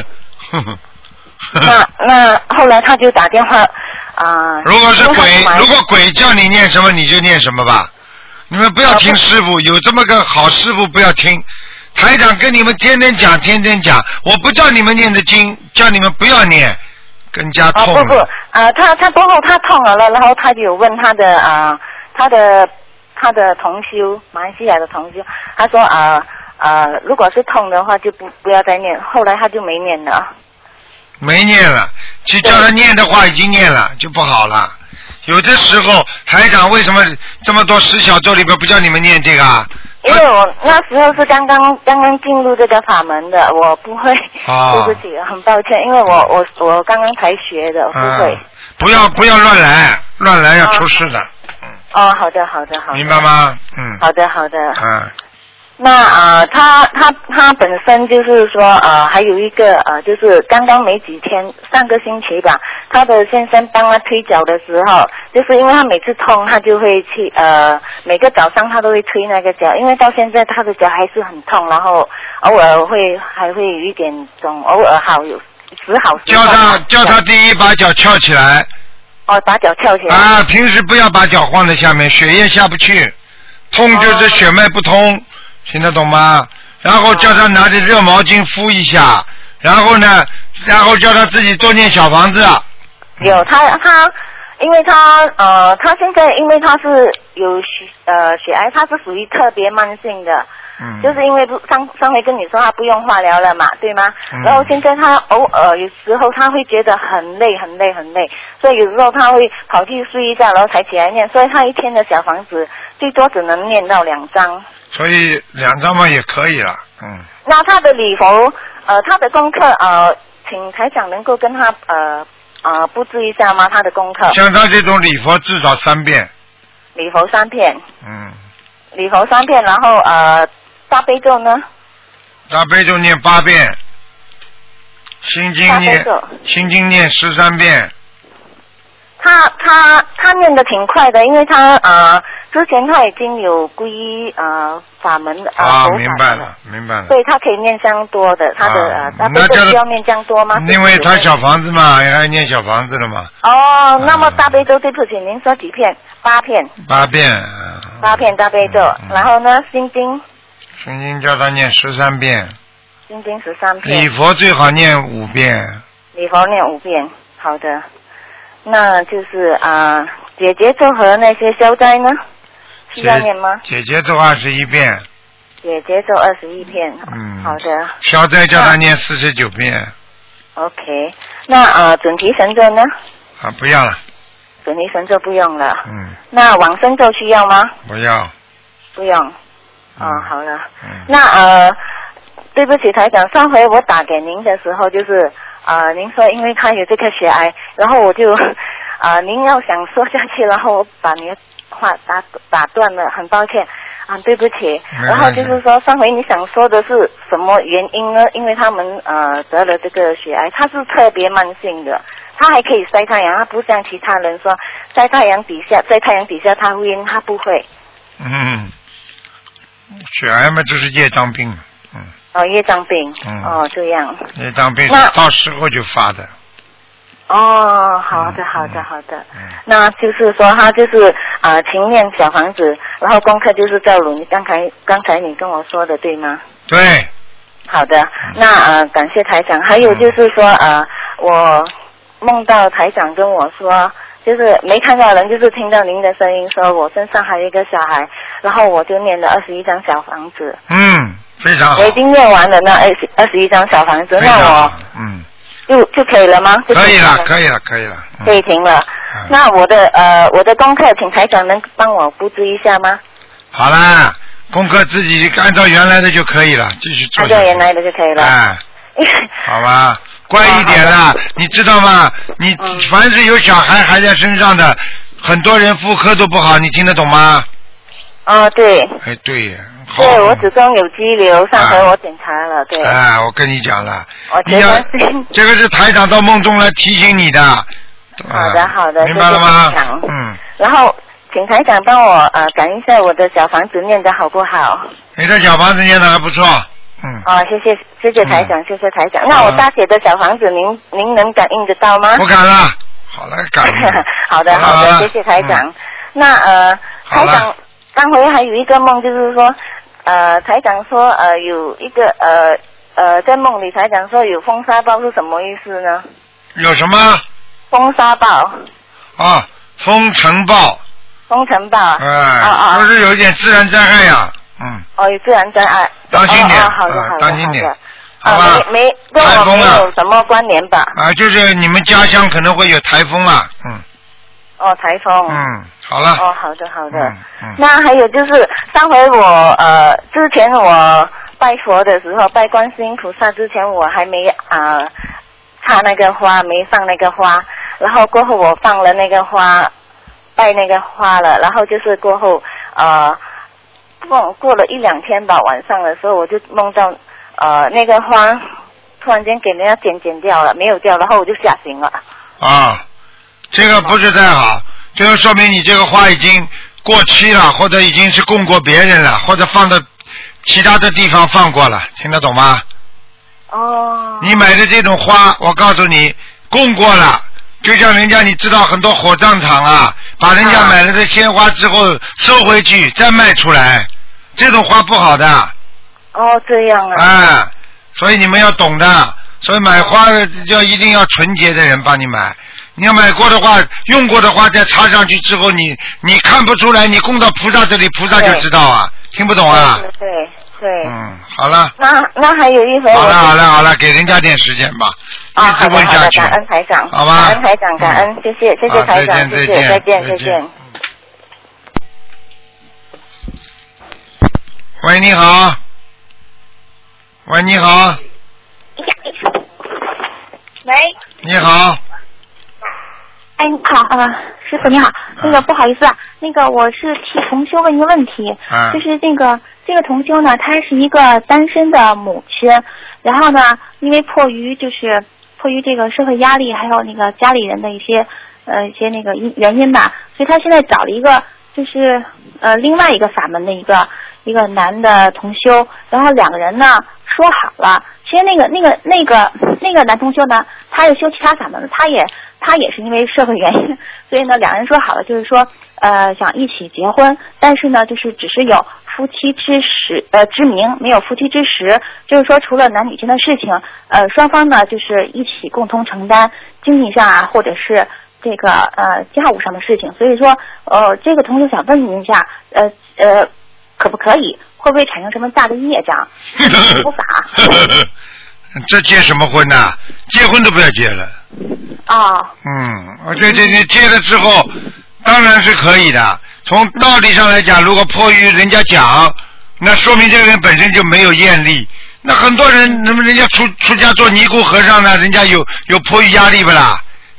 那那后来他就打电话啊、呃。 如果是鬼，如果鬼叫你念什么你就念什么吧，你们不要听师傅，有这么个好师傅不要听。台长跟你们天天讲，天天讲，我不叫你们念的经，叫你们不要念，更加痛了。 哦不不，啊、呃，他他过后他痛了了，然后他就问他的啊、呃，他的他的同修，马来西亚的同修，他说啊啊、呃呃，如果是痛的话就不不要再念，后来他就没念了。 没念了，去叫他念的话已经念了就不好了。有的时候台长为什么这么多十小咒里边不叫你们念这个啊？ 因为我那时候是刚刚刚刚进入这个法门的，我不会， 啊、 对不起，很抱歉，因为我我我刚刚才学的，不会。 啊、不要不要乱来，乱来要出事的。 嗯。哦，好的好的好的。 明白吗？嗯。 好的好的。 嗯。 那啊、呃，他他他本身就是说呃，还有一个呃，就是刚刚没几天，上个星期吧，他的先生帮他推脚的时候，就是因为他每次痛，他就会去呃，每个早上他都会推那个脚，因为到现在他的脚还是很痛，然后偶尔会还会有一点肿，偶尔好有时好时叫他叫他第一把脚翘起来。 哦，把脚翘起来。 啊，平时不要把脚放在下面，血液下不去，痛就是血脉不通。哦，听得懂吗？然后叫他拿着热毛巾敷一下，然后呢，然后叫他自己多念小房子。 有他他，因为他呃，他现在因为他是有血呃血癌，他是属于特别慢性的，嗯，就是因为不上上回跟你说他不用化疗了嘛，对吗？嗯，然后现在他偶尔有时候他会觉得很累很累很累，所以有时候他会跑去睡一觉，然后才起来念，所以他一天的小房子最多只能念到两张。 所以两张嘛也可以了，嗯。 那他的礼佛，呃，他的功课，呃，请台长能够跟他呃呃布置一下吗？他的功课。 像他这种礼佛至少三遍。 礼佛三遍。 嗯。 礼佛三遍，然后呃大悲咒呢？ 大悲咒念八遍。心经念。心经念十三遍。 他他他念的挺快的，因为他呃之前他已经有皈依呃法门的呃啊，明白了，明白了。 对，他可以念相多的，他的呃大悲咒需要念相多吗？ 因为他小房子嘛，还念小房子了嘛。 哦，那么大悲咒对不起，您说几片？八片。 八片。 八片大悲咒，然后呢，心经。 心经叫他念十三遍。 心经十三遍。 礼佛最好念五遍。 礼佛念五遍，好的。那就是啊、呃，姐姐咒和那些消灾呢，需要念吗？ 姐姐咒二十一遍。 姐姐咒二十一遍。嗯。好的。 消灾叫他念四十九遍。 OK， 那啊、呃，准提神咒呢？ 啊，不要了。 准提神咒不用了。 嗯。 那往生咒需要吗？ 不要。 不用。啊、哦，好了。嗯。那呃，对不起台长，上回我打给您的时候就是。啊、呃，您说因为他有这个血癌，然后我就啊、 啊、呃，您要想说下去，然后我把你的话打打断了，很抱歉啊，对不起。然后就是说，上回你想说的是什么原因呢？因为他们呃得了这个血癌，它是特别慢性的，它还可以晒太阳，它不像其他人说晒太阳底下，在太阳底下它会晕，它不会。 嗯，血癌嘛，就是业障病。嗯。 哦，业障病。 嗯。 哦，这样。 业障病到时候就发的。 哦，好的，好的，好的。嗯、那就是说，他就是呃，勤念小房子，然后功课就是照如你刚才刚才你跟我说的，对吗？ 对。 好的，那呃，感谢台长。还有就是说，呃，我梦到台长跟我说，就是没看到人，就是听到您的声音，说我身上还有一个小孩，然后我就念了二十一张小房子。 嗯，非常好。 我已经念完了那二十二十一张小房子，那我嗯。 就就可以了吗？ 可以了，可以了，可以了， 嗯、可以停了。嗯、那我的呃，我的功课，请台长能帮我布置一下吗？ 好啦，功课自己按照原来的就可以了，继续做。 按照原来的就可以了。 哎，好吧，乖一点啦，你知道吗？你凡是有小孩还在身上的，很多人妇科都不好，你听得懂吗？ 哦，对。 哎，对。 对，我子宫有肌瘤，上回我检查了，对。 哎，我跟你讲了， 你要这个是台长到梦中来提醒你的。 好的，好的， 明白了吗？ 谢谢台长。 嗯。 然后，请台长帮我呃赶一下我的小房子念得好不好？ 你的小房子念得还不错，嗯。 哦，谢谢，谢谢台长，谢谢台长。那我大姐的小房子，您您能感应得到吗？ 不敢了，好了，感应。 好的，好的，谢谢台长。那呃，台长。刚回还有一个梦，就是说，呃，台长说，呃，有一个呃呃，在梦里台长说有风沙暴是什么意思呢？ 有什么？ 风沙暴。 啊，风尘暴。 风尘暴。 哎，啊就是有一点自然灾害呀，嗯。 哦，有自然灾害。 当心点。 哦，好的，好的， 当心点。 好吧。没没跟我没有什么关联吧？ 啊，就是你们家乡可能会有台风啊，嗯。 哦，台风。 嗯，好了。 哦，好的，好的。 嗯嗯、 那还有就是，上回我呃，之前我拜佛的时候，拜观世音菩萨之前，我还没啊、呃、插那个花，没放那个花。然后过后我放了那个花，拜那个花了。然后就是过后呃，过过了一两天吧，晚上的时候我就梦到呃那个花突然间给人家剪剪掉了，没有掉，然后我就吓醒了。 啊。这个不是太好，这个说明你这个花已经过期了，或者已经是供过别人了，或者放到其他的地方放过了，听得懂吗？ 哦。 你买的这种花，我告诉你，供过了，就像人家你知道很多火葬场啊，把人家买了的鲜花之后收回去再卖出来，这种花不好的。 哦，这样啊。 哎，所以你们要懂的，所以买花的要一定要纯洁的人帮你买。你要买过的话，用过的话再插上去之后，你你看不出来，你供到菩萨这里，菩萨就知道啊，听不懂啊？ 对对对。 嗯，好了。 那那还有一回。 好了好了好了，给人家点时间吧。 啊， 一直问下去。 感恩台长。 好吧。 感恩台长，感恩，谢谢谢谢台长，谢谢，再见再见。 喂，你好。喂，你好。 喂。 你好。 哎，你好，呃，师傅你好，那个不好意思啊，那个我是替同修问一个问题， 啊、 就是这个这个同修呢，她是一个单身的母亲，然后呢，因为迫于就是迫于这个社会压力，还有那个家里人的一些呃一些那个因原因吧，所以她现在找了一个就是呃另外一个法门的一个一个男的同修，然后两个人呢说好了，其实那个那个那个那个男同修呢，他是修其他法门的，他也。他也是因为社会原因，所以呢，两人说好了，就是说，呃，想一起结婚，但是呢，就是只是有夫妻之实，呃，之名，没有夫妻之实，就是说，除了男女间的事情，呃，双方呢，就是一起共同承担经济上啊，或者是这个呃家务上的事情。所以说，呃，这个同学想问您一下，呃呃，可不可以？会不会产生什么大的业障？不法？ 这结什么婚呐、啊？结婚都不要结了。 啊、哦。 嗯，这这这结了之后，当然是可以的。从道理上来讲，如果迫于人家讲，那说明这个人本身就没有愿力。那很多人，那么人家出出家做尼姑和尚呢，人家有有迫于压力不啦？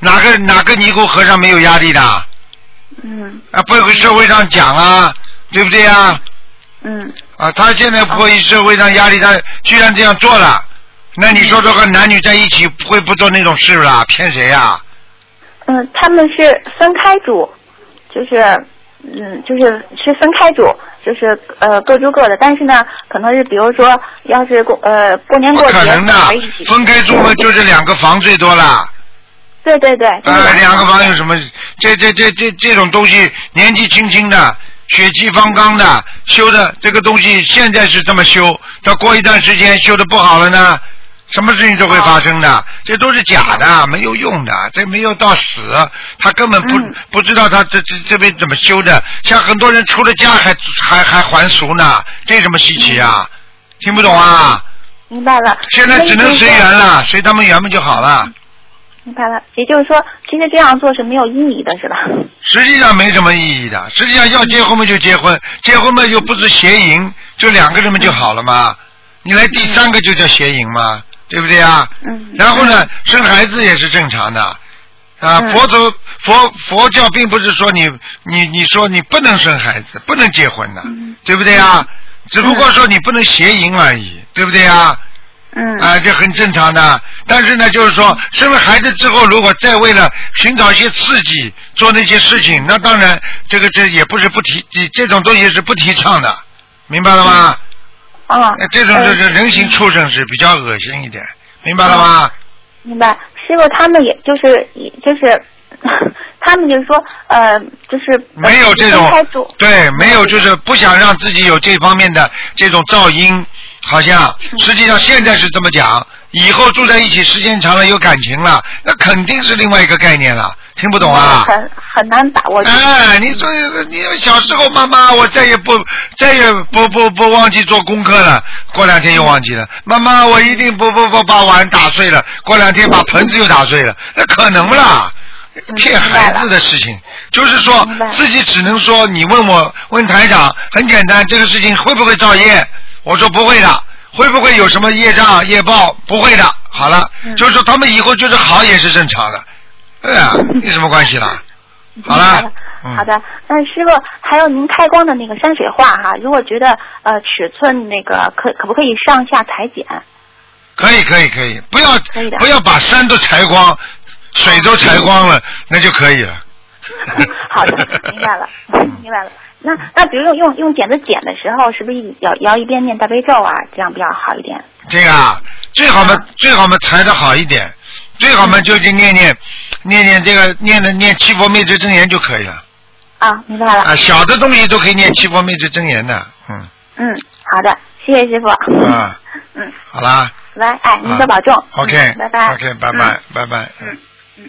哪个哪个尼姑和尚没有压力的？ 嗯。 啊，不会社会上讲啊，对不对啊？ 嗯。 啊，他现在迫于社会上压力，他居然这样做了，那你说这个男女在一起会不做那种事啦？骗谁呀？ 嗯，他们是分开住，就是嗯，就是是分开住，就是呃各住各的。但是呢，可能是比如说，要是过呃过年过节不可能的，分开住嘛，就是两个房最多了。 对对对。 呃，两个房有什么？这这这这这种东西，年纪轻轻的。血气方刚的修的这个东西，现在是这么修，到过一段时间修的不好了呢，什么事情都会发生的，哦、这都是假的，没有用的，这没有到死，他根本不、嗯、不知道他这这这边怎么修的，像很多人出了家还还还还俗呢，这什么稀奇啊？嗯、听不懂啊？ 明白了。 现在只能随缘了，随他们缘嘛就好了。 明白了，也就是说，其实这样做是没有意义的，是吧？ 实际上没什么意义的，实际上要结婚嘛就结婚，结婚嘛又不是邪淫，就两个人嘛就好了嘛。你来第三个就叫邪淫嘛，对不对啊？嗯。然后呢，生孩子也是正常的，啊，佛祖佛佛教并不是说你你你说你不能生孩子，不能结婚的，对不对啊？只不过说你不能邪淫而已，对不对啊？ 嗯啊，这很正常的。但是呢，就是说，生了孩子之后，如果再为了寻找一些刺激做那些事情，那当然，这个这也不是不提，这种东西是不提倡的，明白了吗？ 啊、哦。 这种就是人形畜生是比较恶心一点，明白了吗？ 明白。师傅他们也就是就是。他们就是说，呃，就是没有这种对，没有就是不想让自己有这方面的这种噪音，好像实际上现在是这么讲，以后住在一起时间长了有感情了，那肯定是另外一个概念了，听不懂啊？ 很很难把握。 哎，你说你小时候妈妈，我再也不再也不不不忘记做功课了，过两天又忘记了。妈妈，我一定不不不把碗打碎了，过两天把盆子又打碎了，那可能不啦？骗孩子的事情，就是说自己只能说，你问我问台长，很简单，这个事情会不会造业？我说不会的。会不会有什么业障业报？不会的。好了，嗯、就是说他们以后就是好也是正常的。对呀、啊，有什么关系啦？好了。 嗯、好的，那师傅还有您开光的那个山水画哈，如果觉得呃尺寸那个可可不可以上下裁剪？ 可以可以可以，不要不要把山都裁光。水都裁光了，那就可以了。 好的，明白了，明白了。那那比如用用用剪子剪的时候，是不是要要一边念大悲咒啊？这样比较好一点。 这个啊，最好嘛，最好嘛裁的好一点，最好嘛就去念念念念这个念的念七佛灭罪真言就可以了。 啊，明白了。 啊，小的东西都可以念七佛灭罪真言的，嗯。 嗯，好的，谢谢师傅。 啊。 嗯。 好啦。 来，哎，您多保重。 OK， 嗯、拜拜。 OK， 拜拜，拜拜。 嗯嗯。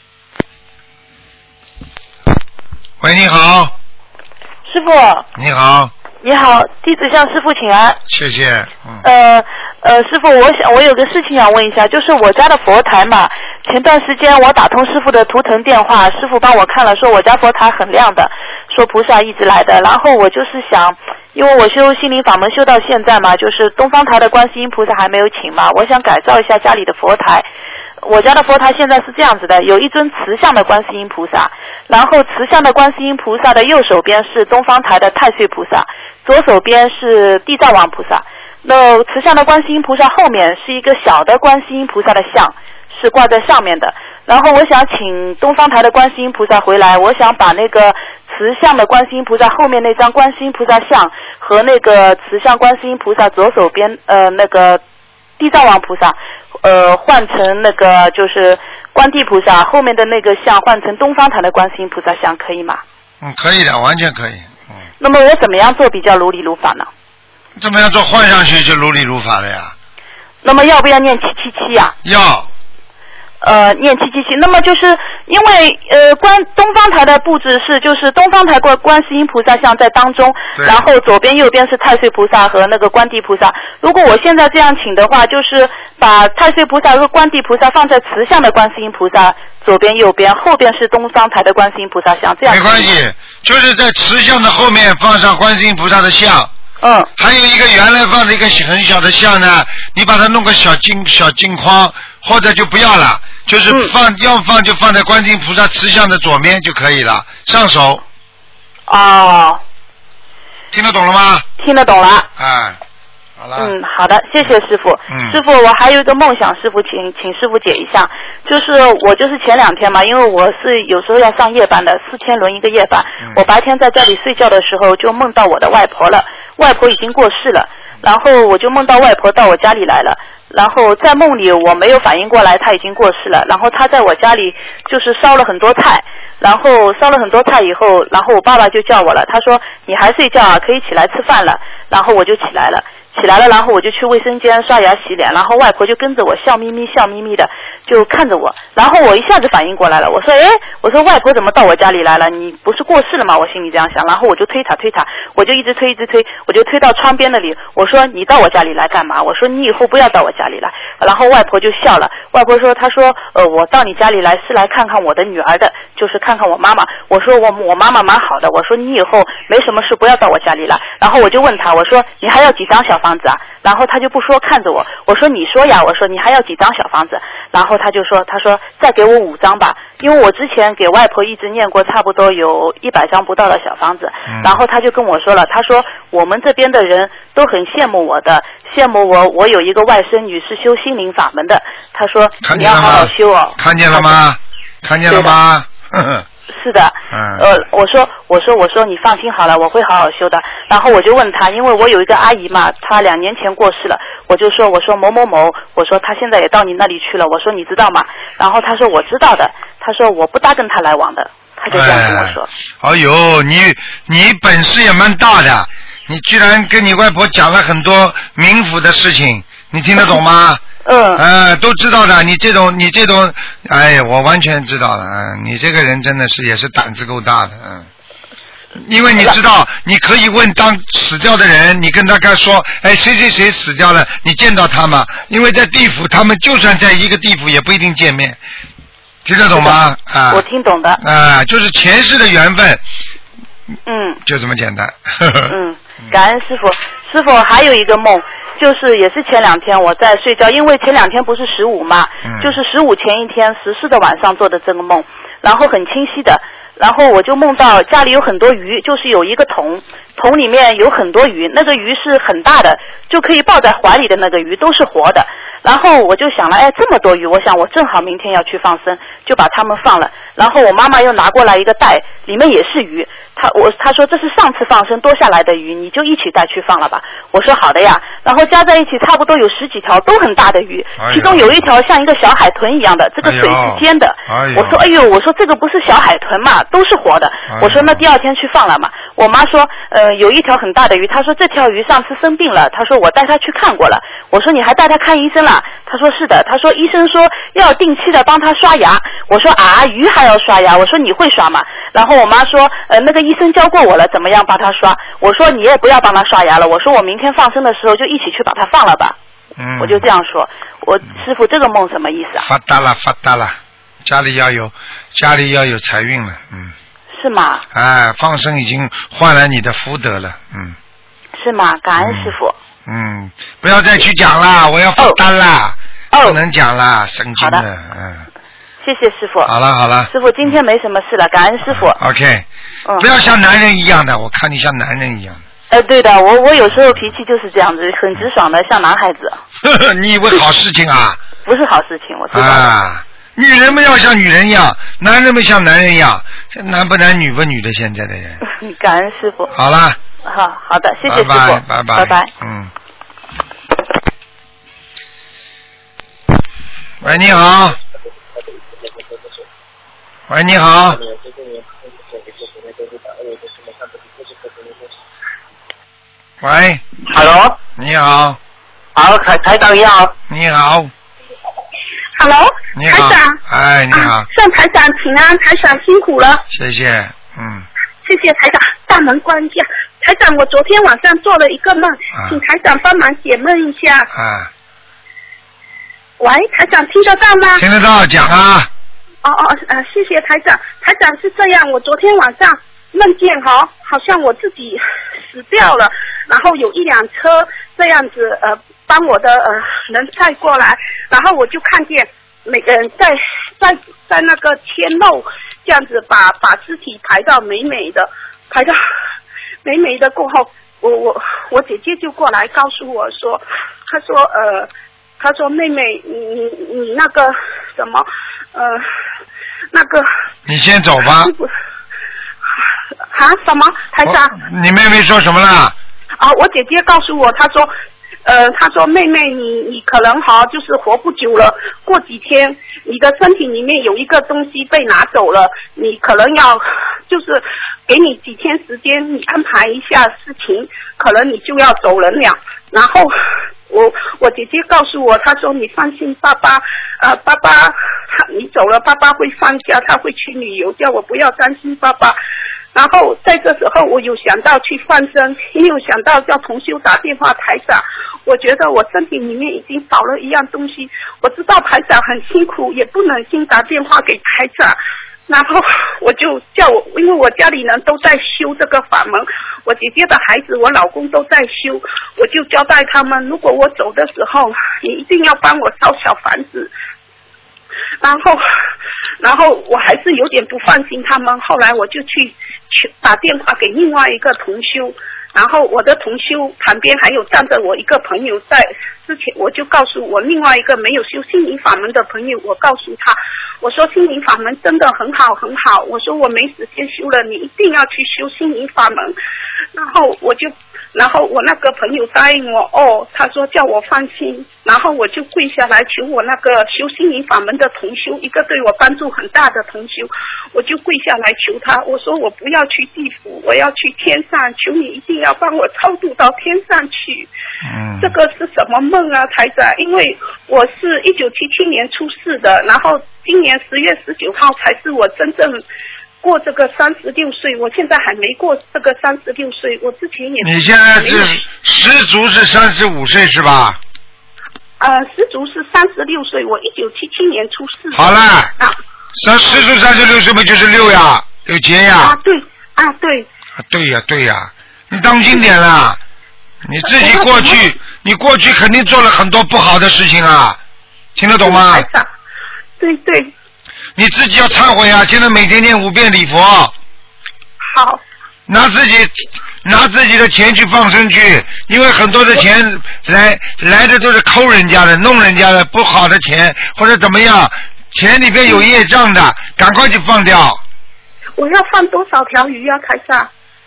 喂，你好。 师傅。 你好。 你好，弟子向师傅请安。 谢谢。嗯。 呃呃，师傅，我想我有个事情想问一下，就是我家的佛台嘛，前段时间我打通师傅的图腾电话，师傅帮我看了，说我家佛台很亮的，说菩萨一直来的，然后我就是想。因为我修心灵法门修到现在嘛，就是东方台的观世音菩萨还没有请嘛，我想改造一下家里的佛台。我家的佛台现在是这样子的，有一尊慈像的观世音菩萨，然后慈像的观世音菩萨的右手边是东方台的太岁菩萨，左手边是地藏王菩萨。那慈像的观世音菩萨后面是一个小的观世音菩萨的像，是挂在上面的。然后我想请东方台的观世音菩萨回来，我想把那个慈像的观世音菩萨后面那张观世音菩萨像和那个慈像观世音菩萨左手边呃那个地藏王菩萨呃换成那个就是观地菩萨后面的那个像换成东方台的观世音菩萨像，可以吗？ 嗯，可以的，完全可以。嗯。 那么我怎么样做比较如理如法呢？ 怎么样做换上去就如理如法了呀？ 那么要不要念七七七呀？ 要。 呃，念七七七，那么就是因为呃，观东方台的布置是，就是东方台观观世音菩萨像在当中，然后左边右边是太岁菩萨和那个观地菩萨。如果我现在这样请的话，就是把太岁菩萨和观地菩萨放在慈像的观世音菩萨左边右边，后边是东方台的观世音菩萨像，这样没关系，就是在慈像的后面放上观世音菩萨的像。 嗯， 还有一个原来放的一个很小的像呢，你把它弄个小镜小镜框或者就不要了，就是放、嗯、要放就放在观世音菩萨慈像的左面就可以了，上手。 哦， 听得懂了吗？ 听得懂了。 哎，好了。 嗯，好的，谢谢师傅。 嗯。 师傅，我还有一个梦想，师傅请请师傅解一下，就是我就是前两天嘛，因为我是有时候要上夜班的，四天轮一个夜班、嗯，我白天在家里睡觉的时候就梦到我的外婆了，外婆已经过世了，然后我就梦到外婆到我家里来了。然后在梦里我没有反应过来她已经过世了，然后她在我家里就是烧了很多菜，然后烧了很多菜以后，然后我爸爸就叫我了，他说你还睡觉啊，可以起来吃饭了，然后我就起来了起来了然后我就去卫生间刷牙洗脸，然后外婆就跟着我笑眯眯笑眯眯的就看着我，然后我一下子反应过来了，我说诶，我说外婆怎么到我家里来了，你不是过世了吗？我心里这样想，然后我就推她推她，我就一直推一直推，我就推到窗边那里，我说你到我家里来干嘛？我说你以后不要到我家里来，然后外婆就笑了，外婆说她说呃我到你家里来是来看看我的女儿的，就是看看我妈妈，我说我我妈妈蛮好的，我说你以后没什么事不要到我家里来，然后我就问她，我说你还要几张小房子啊？然后她就不说，看着我，我说你说呀，我说你还要几张小房子？然后她就说她说再给我五张吧，因为我之前给外婆一直念过差不多有一百张不到的小房子、嗯、然后她就跟我说了，她说我们这边的人都很羡慕我的，羡慕我我有一个外甥女是修心灵法门的，她说你要好好修哦。 看见了吗？看见了吗？ 是的， 嗯， 呃，我说，我说，我说，你放心好了，我会好好修的。然后我就问他，因为我有一个阿姨嘛，她两年前过世了，我就说，我说某某某，我说她现在也到你那里去了，我说你知道吗？然后他说我知道的，他说我不大跟他来往的，他就这样跟我说。 哎呦，你你本事也蛮大的，你居然跟你外婆讲了很多冥府的事情，你听得懂吗？ 嗯， 呃，都知道的，你这种，你这种，哎呀，我完全知道了，嗯，你这个人真的是也是胆子够大的，嗯，因为你知道，你可以问当死掉的人，你跟他刚说，哎，谁谁谁死掉了，你见到他吗？因为在地府，他们就算在一个地府，也不一定见面，听得懂吗？啊， 我听懂的。 啊，就是前世的缘分。 嗯， 就这么简单。 嗯，感恩师傅。师傅还有一个梦，就是也是前两天我在睡觉，因为前两天不是十五嘛、嗯，就是十五前一天十四的晚上做的这个梦，然后很清晰的，然后我就梦到家里有很多鱼，就是有一个桶，桶里面有很多鱼，那个鱼是很大的，就可以抱在怀里的那个鱼都是活的。然后我就想了，哎，这么多鱼，我想我正好明天要去放生，就把它们放了。然后我妈妈又拿过来一个袋，里面也是鱼。她我她说这是上次放生多下来的鱼，你就一起带去放了吧。我说好的呀。然后加在一起差不多有十几条都很大的鱼，哎、其中有一条像一个小海豚一样的，这个水是尖的。哎、我说哎呦，我说这个不是小海豚嘛，都是活的。哎、我说那第二天去放了嘛。我妈说呃有一条很大的鱼，她说这条鱼上次生病了，她说我带她去看过了。我说你还带她看医生了？他说是的，他说医生说要定期的帮他刷牙。我说啊，鱼还要刷牙？我说你会刷吗？然后我妈说呃那个医生教过我了，怎么样帮他刷？我说你也不要帮他刷牙了，我说我明天放生的时候就一起去把它放了吧。嗯，我就这样说。我师傅这个梦什么意思啊？ 发达了发达了，家里要有家里要有财运了，嗯。 是吗？ 哎，放生已经换来你的福德了，嗯。 是吗？感恩师傅。 嗯，不要再去讲啦，我要发单啦， 哦、 不能讲啦，神经的，嗯。 谢谢师傅。 好了好了， 师傅今天没什么事了，感恩师傅。 嗯、OK，、嗯、不要像男人一样的，我看你像男人一样的。 呃，对的，我我有时候脾气就是这样子，很直爽的，像男孩子。 你以为好事情啊？ 不是好事情，我知道。 啊，女人们要像女人一样，男人们像男人一样，男不男女不女的现在的人。 感恩师傅。 好了。 好好的，谢谢师傅， 拜拜拜拜， 嗯。喂，你好。喂，你好。喂。 Hello。 你好。 好，台台长你好。 你好。 Hello。 你好。 台长。 哎，你好。 啊、向台长请安，台长辛苦了。 谢谢，嗯。 谢谢台长，大门关一下。台长，我昨天晚上做了一个梦，啊、请台长帮忙解梦一下。 啊。 喂，台长听得到吗？ 听得到，讲啊。 哦哦呃，谢谢台长。台长是这样，我昨天晚上梦见哈，好像我自己死掉了，然后有一辆车这样子呃帮我的呃人载过来，然后我就看见每个人在在在那个天漏这样子把把尸体排到美美的，排到美美的过后，我我我姐姐就过来告诉我说，她说呃她说妹妹你你你那个什么呃那个你先走吧。 啊什么台长？ 你妹妹说什么了？ 啊，我姐姐告诉我，她说，呃，她说妹妹你你可能哈就是活不久了，过几天你的身体里面有一个东西被拿走了，你可能要就是给你几天时间，你安排一下事情，可能你就要走人了。然后我我姐姐告诉我，她说你放心，爸爸，呃，爸爸他你走了，爸爸会放假，他会去旅游，叫我不要担心爸爸。然后在这时候我有想到去放生，也有想到叫同修打电话台长，我觉得我身体里面已经少了一样东西，我知道台长很辛苦，也不忍心打电话给台长，然后我就叫我，因为我家里人都在修这个法门，我姐姐的孩子我老公都在修，我就交代他们，如果我走的时候你一定要帮我烧小房子。然后，然后我还是有点不放心他们，后来我就去去打电话给另外一个同修，然后我的同修旁边还有站着我一个朋友，在之前我就告诉我另外一个没有修心灵法门的朋友，我告诉他，我说心灵法门真的很好很好，我说我没时间修了，你一定要去修心灵法门。然后我就然后我那个朋友答应我，哦，他说叫我放心，然后我就跪下来求我那个修心灵法门的同修，一个对我帮助很大的同修，我就跪下来求他，我说我不要去地府，我要去天上，求你一定要帮我超度到天上去。嗯，这个是什么梦啊，台长？因为我是一九七七年出世的，然后今年十月十九号才是我真正过这个三十六岁，我现在还没过这个三十六岁，我之前也你现在是十足是三十五岁是吧？ 呃，十足是三十六岁，我一九七七年出世。 好了， 啊， 三十足三十六岁不就是六呀？有节呀？ 啊，对，啊对。 啊对呀对呀，你当心点啦！你自己过去，你过去肯定做了很多不好的事情啊，听得懂吗？ 对对。 你自己要忏悔啊！现在每天念五遍礼佛。 好。 拿自己拿自己的钱去放生去，因为很多的钱来来的都是抠人家的、弄人家的不好的钱，或者怎么样，钱里边有业障的，赶快去放掉。 我要放多少条鱼啊，台长？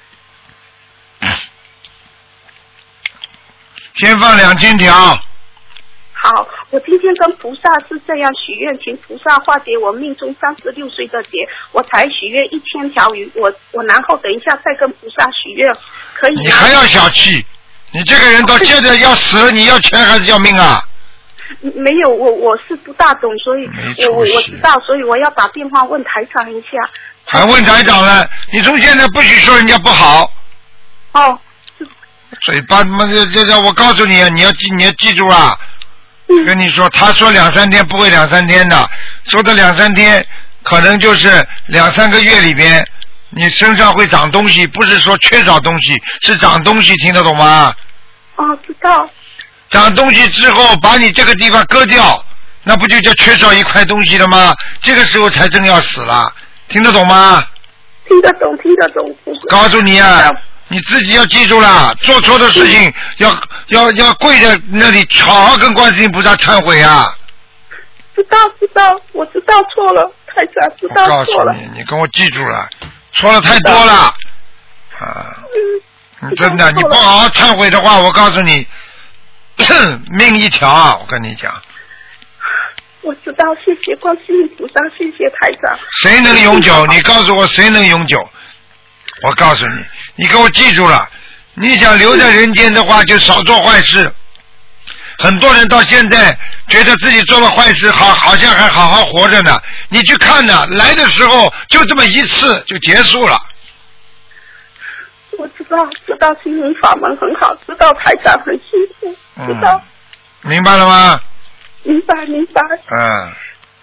先放两千条。 好，我今天跟菩萨是这样许愿，请菩萨化解我命中三十六岁的劫，我才许愿一千条鱼，我我然后等一下再跟菩萨许愿，可以吗？ 你还要小气，你这个人到现在要死了，你要钱还是要命啊？ 没有，我我是不大懂，所以我我我知道，所以我要打电话问台长一下。 还问台长了？你从现在不许说人家不好。 哦。 嘴巴他妈这这这，我告诉你啊，你要记你要记住啊。跟你说，他说两三天不会两三天的，说的两三天可能就是两三个月里边，你身上会长东西，不是说缺少东西，是长东西，听得懂吗？ 哦，知道。 长东西之后，把你这个地方割掉，那不就叫缺少一块东西了吗？这个时候才正要死了，听得懂吗？ 听得懂，听得懂。 告诉你啊。你自己要记住了，做错的事情要要要跪在那里好好跟观世音菩萨忏悔啊！ 知道知道，我知道错了，台长知道错了。 我告诉你，你跟我记住了，错了太多了啊！嗯，真的，你不好好忏悔的话，我告诉你，命一条啊！我跟你讲。 我知道，谢谢观世音菩萨，谢谢台长。 谁能永久？你告诉我，谁能永久？我告诉你，你给我记住了，你想留在人间的话，就少做坏事。很多人到现在觉得自己做了坏事，好好像还好好活着呢。你去看呢，来的时候就这么一次就结束了。 我知道，知道心灵法门很好，知道台长很辛苦，知道。 嗯、明白了吗？ 明白，明白。 嗯。 台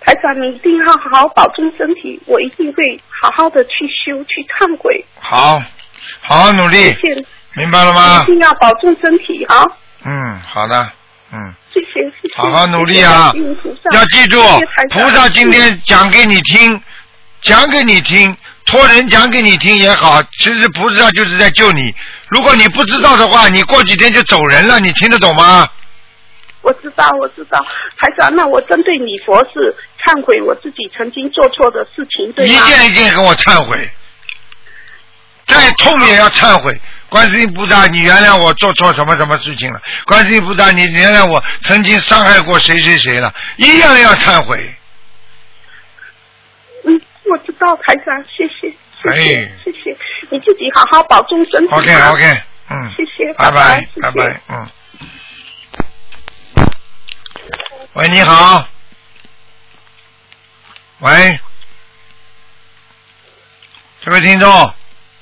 台长，你一定要好好保重身体，我一定会好好的去修去忏悔。 好，好好努力， 谢谢， 明白了吗？ 一定要保重身体啊！ 嗯，好的，嗯。 谢谢谢谢。 好好努力啊！要记住，菩萨今天讲给你听，讲给你听，托人讲给你听也好，其实菩萨就是在救你。如果你不知道的话，你过几天就走人了，你听得懂吗？ 我知道，我知道，台长，那我针对礼佛是忏悔我自己曾经做错的事情，对吗？ 一件一件跟我忏悔，再痛也要忏悔。观世音菩萨，你原谅我做错什么什么事情了？观世音菩萨，你原谅我曾经伤害过谁谁谁了？一样要忏悔。 嗯，我知道，台长，谢谢，谢谢， 哎、 谢谢，你自己好好保重身体。 OK OK， 嗯， 谢谢， 拜拜，拜拜，嗯。喂，你好。喂，这位听众。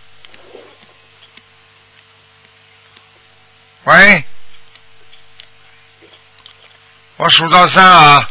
喂，我数到三啊，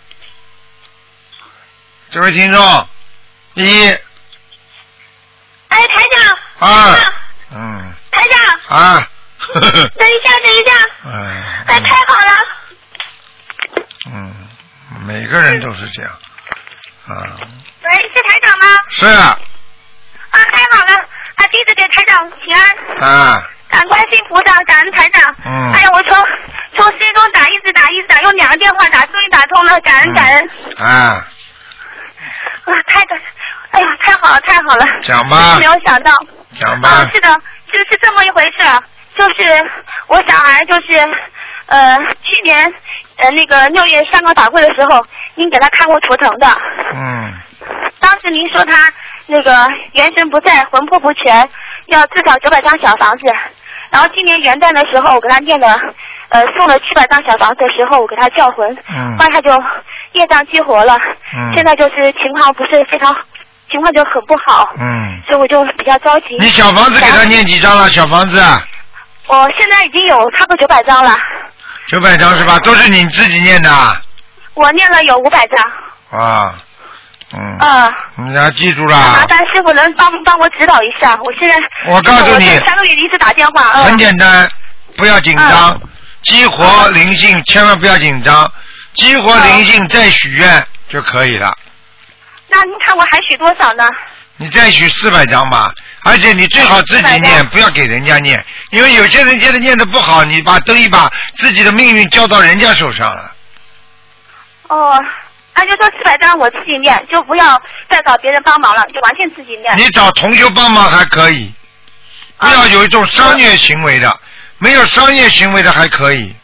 这位听众，一， 哎，台长， 二，嗯， 台长， 啊，呵呵等一下，等一下， 哎， 哎，太好了， 嗯，每个人都是这样，啊， 喂，是台长吗？ 是啊， 啊，太好了，啊，弟子给台长请安。 啊。 感观世音菩萨，感恩台长。 嗯。 哎呀，我从从心中打，一直打，一直打，用两个电话打，终于打通了，感恩感恩。 嗯、啊。 啊，太感，哎呀，太好了，太好了。 讲吧。 没有想到。 讲吧。 啊，是的，是是这么一回事，就是我小孩就是呃去年呃那个六月香港法会的时候，您给他看过图腾的。 嗯。 当时您说他那个元神不在，魂魄不全，要至少九百张小房子。然后今年元旦的时候，我给他念了，呃，送了七百张小房子的时候，我给他叫魂， 嗯， 后来他就业障激活了， 嗯， 现在就是情况不是非常，情况就很不好， 嗯， 所以我就比较着急。 你小房子给他念几张了？小房子？ 我现在已经有差不多九百张了。 九百张是吧？都是你自己念的？ 我念了有五百张。 啊。嗯， 啊， 你要记住了。 麻烦师傅能帮帮我指导一下，我现在我告诉你， 我三个月一次打电话。 很简单，不要紧张， 嗯、 激活灵性，千万不要紧张，激活灵性再许愿就可以了。 那您看我还许多少呢？ 你再许四百张吧，而且你最好自己念，不要给人家念，因为有些人现在念的不好，你把等于把自己的命运交到人家手上了。 哦。那就说四百张我自己念，就不要再找别人帮忙了，就完全自己念。 你找同修帮忙还可以，不要有一种商业行为的，没有商业行为的还可以。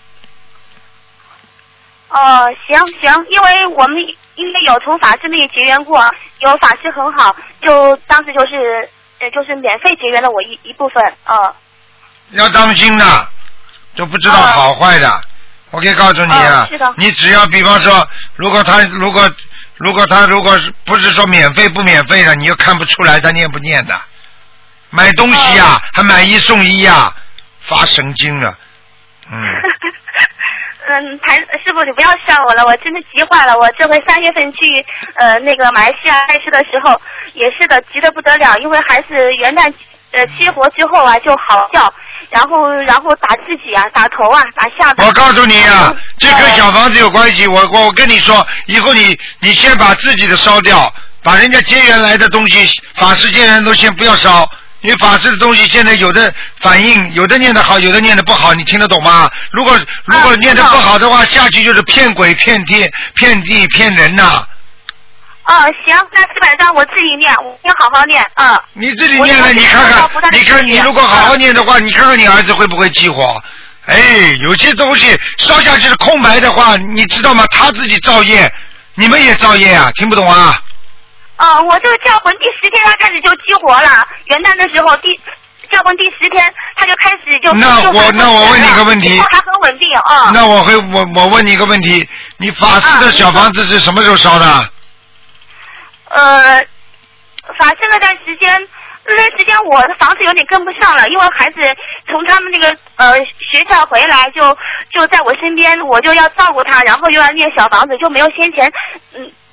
哦，行行，因为我们因为有从法师那里结缘过，有法师很好，就当时就是呃就是免费结缘了我一一部分，嗯、呃。 要当心的，就不知道好坏的。呃我可以告诉你啊， 哦、 你只要比方说，如果他如果如果他如果是不是说免费不免费的，你又看不出来他念不念的。买东西呀、啊哦，还买一送一呀、啊，发神经了，嗯。 嗯，台师傅，你不要笑我了，我真的急坏了。我这回三月份去呃那个马来西亚拜师的时候，也是的，急得不得了，因为孩子元旦呃激活之后啊就好叫。然后，然后打自己啊，打头啊，打下巴。 我告诉你啊，这跟小房子有关系。我我我跟你说，以后你你先把自己的烧掉，把人家结缘来的东西，法师结缘都先不要烧，因为法师的东西现在有的反应，有的念得好，有的念得不好，你听得懂吗？如果如果念得不好的话，下去就是骗鬼、骗天、骗地、骗人呐、啊。 哦，行，那四百张我自己念，我先好好念，嗯。 你自己念了，你看看，你看你如果好好念的话，你看看你儿子会不会激活？哎，有些东西烧下去是空白的话，你知道吗？他自己造业，你们也造业啊，听不懂啊？ 哦，我这个叫魂第十天他开始就激活了，元旦的时候第叫魂第十天他就开始就。 那我那我问你个问题。 还很稳定啊、哦。 那我会我我问你一个问题，你法师的小房子是什么时候烧的？啊呃，法师那段时间，那段时间我的房子有点跟不上了，因为孩子从他们那个呃学校回来就就在我身边，我就要照顾他，然后又要念小房子，就没有先前嗯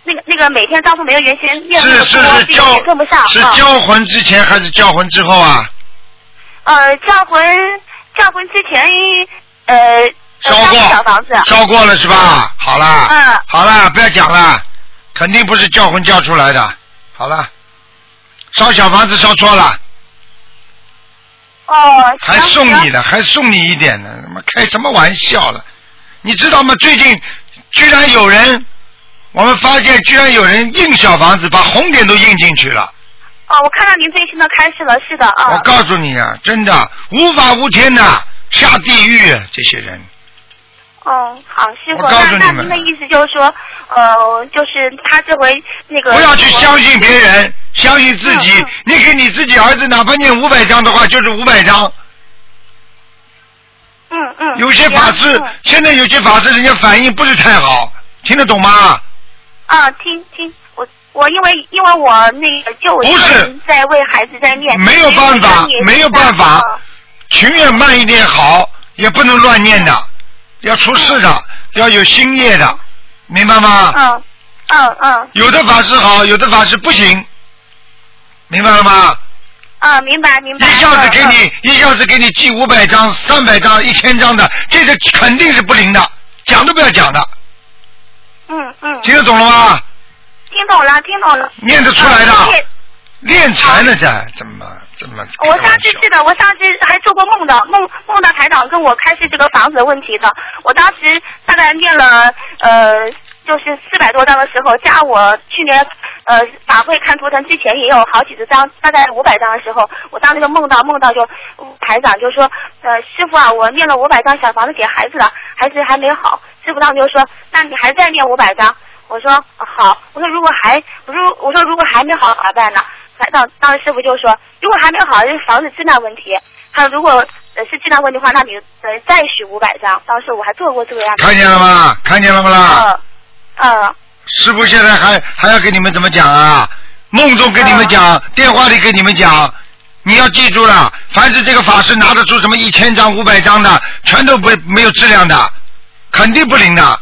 那个那个每天丈夫没有原先念是那个是是这个也跟不上。 是啊交魂之前还是交魂之后啊？ 呃，叫魂叫魂之前呃烧过小房子烧过了是吧？好了， 嗯， 好了，不要讲了，肯定不是叫魂叫出来的。好了，烧小房子烧错了。 哦， 还送你的，还送你一点呢，他妈开什么玩笑了？你知道吗？最近居然有人，我们发现居然有人印小房子，把红点都印进去了。 哦，我看到您最新的开示了，是的啊。 我告诉你啊，真的无法无天的，下地狱这些人。 哦，好，师傅， 我告诉你们那那您的意思就是说，呃，就是他这回那个不要去相信别人，相信自己。 嗯嗯、 你给你自己儿子哪怕念五百章的话，就是五百章。 嗯嗯。 有些法师，嗯、现在有些法师人家反应不是太好，听得懂吗？ 啊，听听我我因为因为我那个就我一个人在为孩子在念， 没有办法，没有办法，情愿慢一点好，也不能乱念的。要出事的，要有心业的，明白吗？ 嗯嗯嗯。 有的法师好，有的法师不行，明白了吗？ 啊，明白明白。 一下子给你，嗯、一下子给你记五百张、三百张、一千张的，这个肯定是不灵的，讲都不要讲的。 嗯嗯。 听得懂了吗？ 听懂了，听懂了。 念得出来的。嗯、练财呢，这怎么？怎么？ 我上次是的，我上次还做过梦的，梦梦到台长跟我开示这个房子的问题的。我当时大概念了呃，就是四百多张的时候，加我去年呃法会看图腾之前也有好几十张，大概五百张的时候，我当时就梦到梦到就台长就说呃师傅啊，我念了五百张小房子给孩子了，孩子还没好。师傅当时就说，那你还在念五百张？我说、啊、好，我说如果还我说我说如果还没好咋办呢？当当时师傅就说，如果还没好，是房子质量问题。他说如果呃是质量问题的话，那你呃再许五百张。当时我还做过这个样子。 看见了吗？看见了吗啦？ 嗯嗯。 师傅现在还还要跟你们怎么讲啊？梦中跟你们讲，嗯、电话里跟你们讲，你要记住了，凡是这个法师拿得出什么一千张、五百张的，全都不没有质量的，肯定不灵的。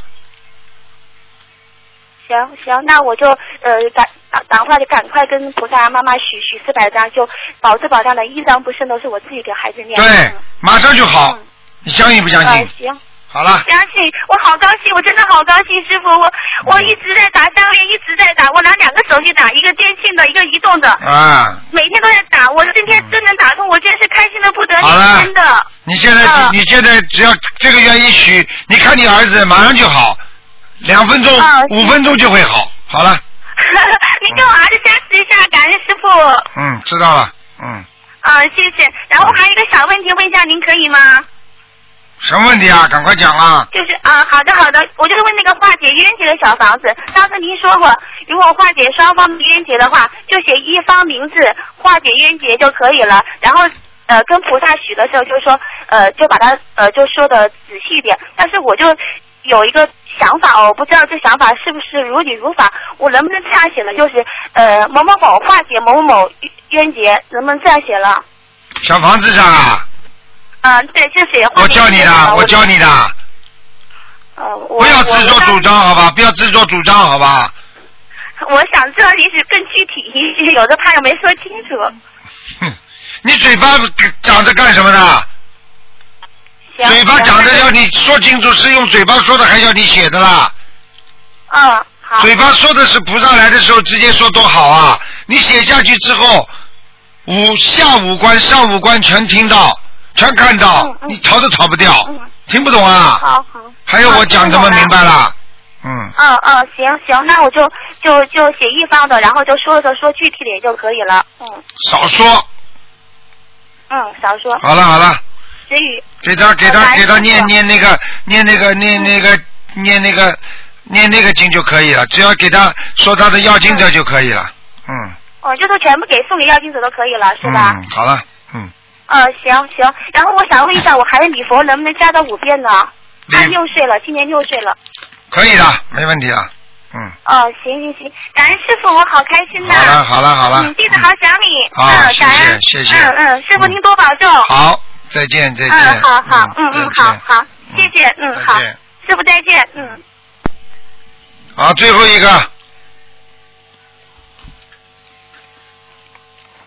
行行，那我就呃赶赶赶快就赶快跟菩萨妈妈许许四百张，就保质保量的一张不剩都是我自己给孩子念。 对，马上就好。嗯、你相信不相信？ 呃、行。 好了。 相信，我好高兴，我真的好高兴，师傅，我我一直在打项链，一直在打，我拿两个手机打，一个电信的，一个移动的。 啊。 每天都在打，我今天真能打通，我真是开心的不得了，真的。 你现在、呃、你现在只要这个愿意许，你看你儿子马上就好。两分钟、哦、五分钟就会好，好了。 您跟我儿子加持一下，感恩师傅。 嗯，知道了，嗯。 啊、呃，谢谢。然后还有一个小问题问一下，您可以吗？ 什么问题啊？赶快讲啊！ 就是啊、呃，好的好的，我就是问那个化解冤结的小房子。上次您说过，如果化解双方的冤结的话，就写一方名字化解冤结就可以了。然后呃，跟菩萨许的时候就说呃，就把它呃就说的仔细一点。但是我就有一个想法哦，我不知道这想法是不是如理如法，我能不能这样写呢？就是呃某某某化解某某某冤结，能不能这样写了？ 小房子上啊？ 嗯、呃，对，就写。 我教你的，我教你的。 呃， 不要自作主张，好吧？不要自作主张，好吧？ 我想这里是更具体一些，有的怕又没说清楚。 哼，你嘴巴长着干什么呢？嘴巴讲的要你说清楚，是用嘴巴说的，还要你写的啦。 嗯，好。 嘴巴说的是菩萨来的时候直接说多好啊！你写下去之后，五下五关、上五关全听到，全看到，嗯嗯、你逃都逃不掉。嗯、听不懂啊？ 好好。 还有我讲这么明白了？嗯。 嗯嗯，行行，那我就就就写一方的，然后就说着说具体点就可以了。嗯。 少说。 嗯，少说。 好了好了。 止语。 给他给他给他念念那个念那个念那个念那个念那个经就可以了，只要给他说他的要经者就可以了。嗯。 哦，就是全部给送给要经者都可以了，是吧？ 嗯，好了，嗯。 呃，行行，然后我想问一下，我孩子礼佛能不能加到五遍呢？他六岁了，今年六岁了。 可以的，没问题的。嗯。 哦，行行行，感恩师傅，我好开心呐。 好了好了好了。 嗯，弟子好想你。 好， 嗯， 谢谢谢谢。 嗯嗯，师傅您多保重。 好。再见，再见。 嗯，好好，嗯嗯，好好，谢谢，嗯，好，师傅再见，嗯。 好，最后一个。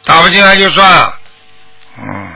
打不进来就算了。嗯。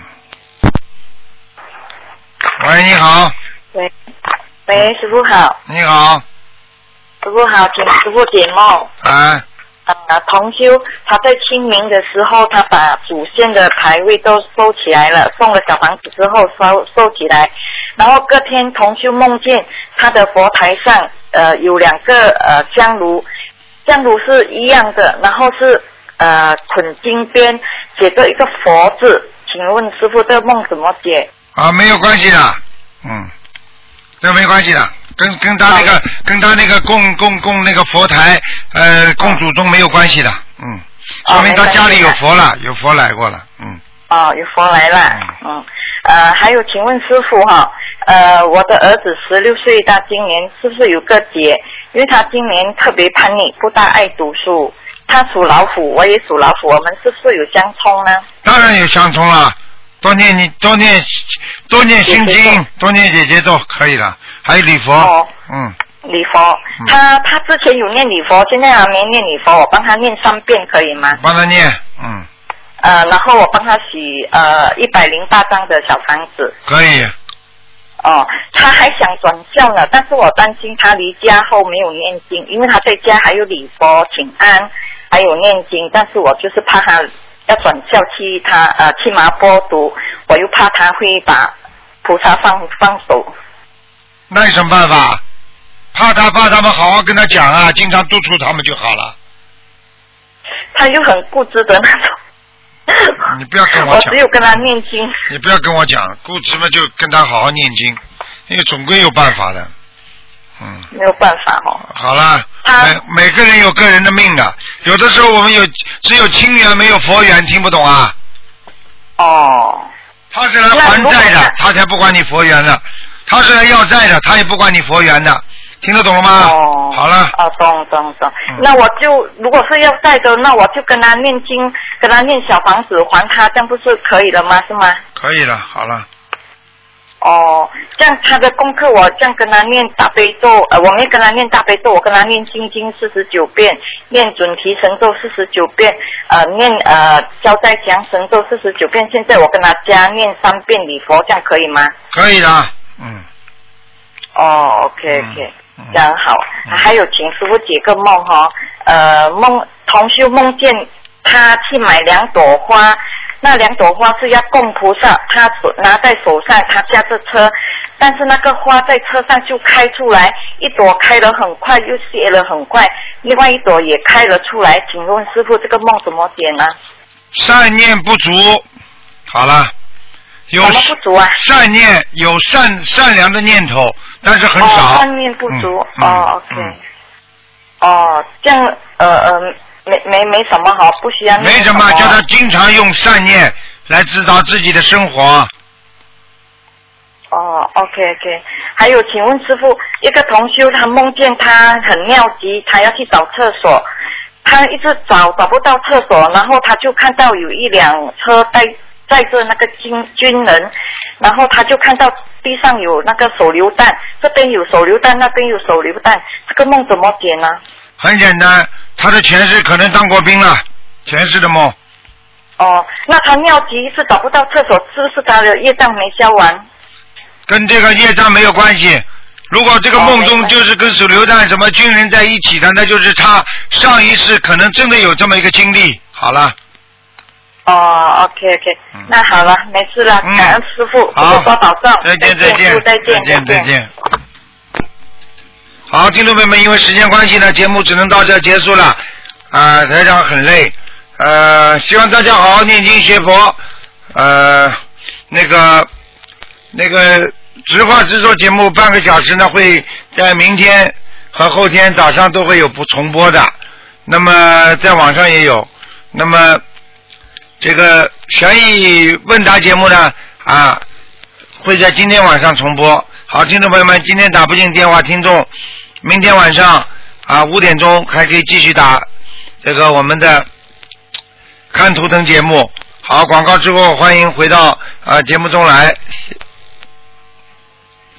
喂，你好。 喂，喂，师傅好。 你好。 师傅好，请师傅解梦。 啊。 呃，同修他在清明的时候，他把祖先的牌位都收起来了，送了小房子之后收收起来，然后隔天同修梦见他的佛台上呃有两个呃香炉，香炉是一样的，然后是呃捆金边写着一个佛字，请问师傅这个梦怎么解？ 啊，没有关系的，嗯，这没关系的。跟跟他那个跟他那个供供供那个佛台呃供祖宗没有关系的，嗯，说明他家里有佛了，有佛来过了，嗯。 哦，有佛来了，嗯，呃，还有，请问师傅哈，呃，我的儿子十六岁，他今年是不是有个劫？因为他今年特别叛逆，不大爱读书。他属老虎，我也属老虎，我们是不是有相冲呢？ 当然有相冲了，多念你多念多念心经，多念姐姐咒可以了。还有礼佛， 哦、 嗯， 礼佛，他他之前有念礼佛，现在还没念礼佛，我帮他念三遍可以吗？ 帮他念，嗯。 呃，然后我帮他洗呃一百零八张的小房子。 可以。 哦，他还想转校呢，但是我担心他离家后没有念经，因为他在家还有礼佛、请安，还有念经，但是我就是怕他要转校去他呃去麻波读，我又怕他会把菩萨放放手。 那有什么办法？怕他怕他们好好跟他讲啊，经常督促他们就好了。 他又很固执的那种。 你不要跟我讲。 我只有跟他念经。 你不要跟我讲，固执嘛就跟他好好念经，因为总归有办法的。嗯。 没有办法哦。 好了，每每个人有个人的命的，有的时候我们有只有亲缘没有佛缘，听不懂啊？ 哦。 他是来还债的，他才不管你佛缘的。他是来要债的，他也不管你佛缘的，听得懂了吗？ 哦， 好了。 哦，懂懂懂。嗯、那我就如果是要债的，那我就跟他念经，跟他念小房子还他，这样不是可以了吗？是吗？ 可以了，好了。 哦，这样他的功课我这样跟他念大悲咒，呃，我没跟他念大悲咒，我跟他念心经四十九遍，念准提神咒四十九遍，呃，念呃消灾祥神咒四十九遍。现在我跟他加念三遍礼佛，这样可以吗？ 可以的。嗯， 哦 ，OK OK，嗯、这样好。嗯、还有，请师傅解个梦哈、哦，呃，梦同修梦见他去买两朵花，那两朵花是要供菩萨，他手拿在手上，他驾着车，但是那个花在车上就开出来，一朵开得很快，又谢了很快，另外一朵也开了出来。请问师傅，这个梦怎么解呢？ 善念不足，好了。有什么不足啊？ 善念有善善良的念头，但是很少。 哦，善念不足。嗯、哦 ，OK、嗯。哦，这样呃呃，没没没什么好，不需要念什么。 没什么，叫他经常用善念来指导自己的生活。 哦 ，OK OK。还有，请问师傅，一个同修他梦见他很尿急，他要去找厕所，他一直找找不到厕所，然后他就看到有一辆车带。载着那个军军人，然后他就看到地上有那个手榴弹，这边有手榴弹，那边有手榴弹，这个梦怎么解呢？ 很简单，他的前世可能当过兵了，前世的梦。 哦，那他尿急是找不到厕所，是不是他的业障没消完？ 跟这个业障没有关系。如果这个梦中就是跟手榴弹什么军人在一起的，那就是他上一世可能真的有这么一个经历。好了。 哦 ，OK OK，、嗯、那好了，没事了，感恩师傅，师傅多保重， 再见再见再见再见再见。好，听众朋友们，因为时间关系呢，节目只能到这结束了。啊、呃，台长很累，呃，希望大家好好念经学佛。呃，那个那个直话直说节目半个小时呢，会在明天和后天早上都会有不重播的，那么在网上也有，那么。这个悬疑问答节目呢，啊，会在今天晚上重播。好，听众朋友们，今天打不进电话，听众明天晚上啊五点钟还可以继续打这个我们的看图腾节目。好，广告之后欢迎回到啊节目中来。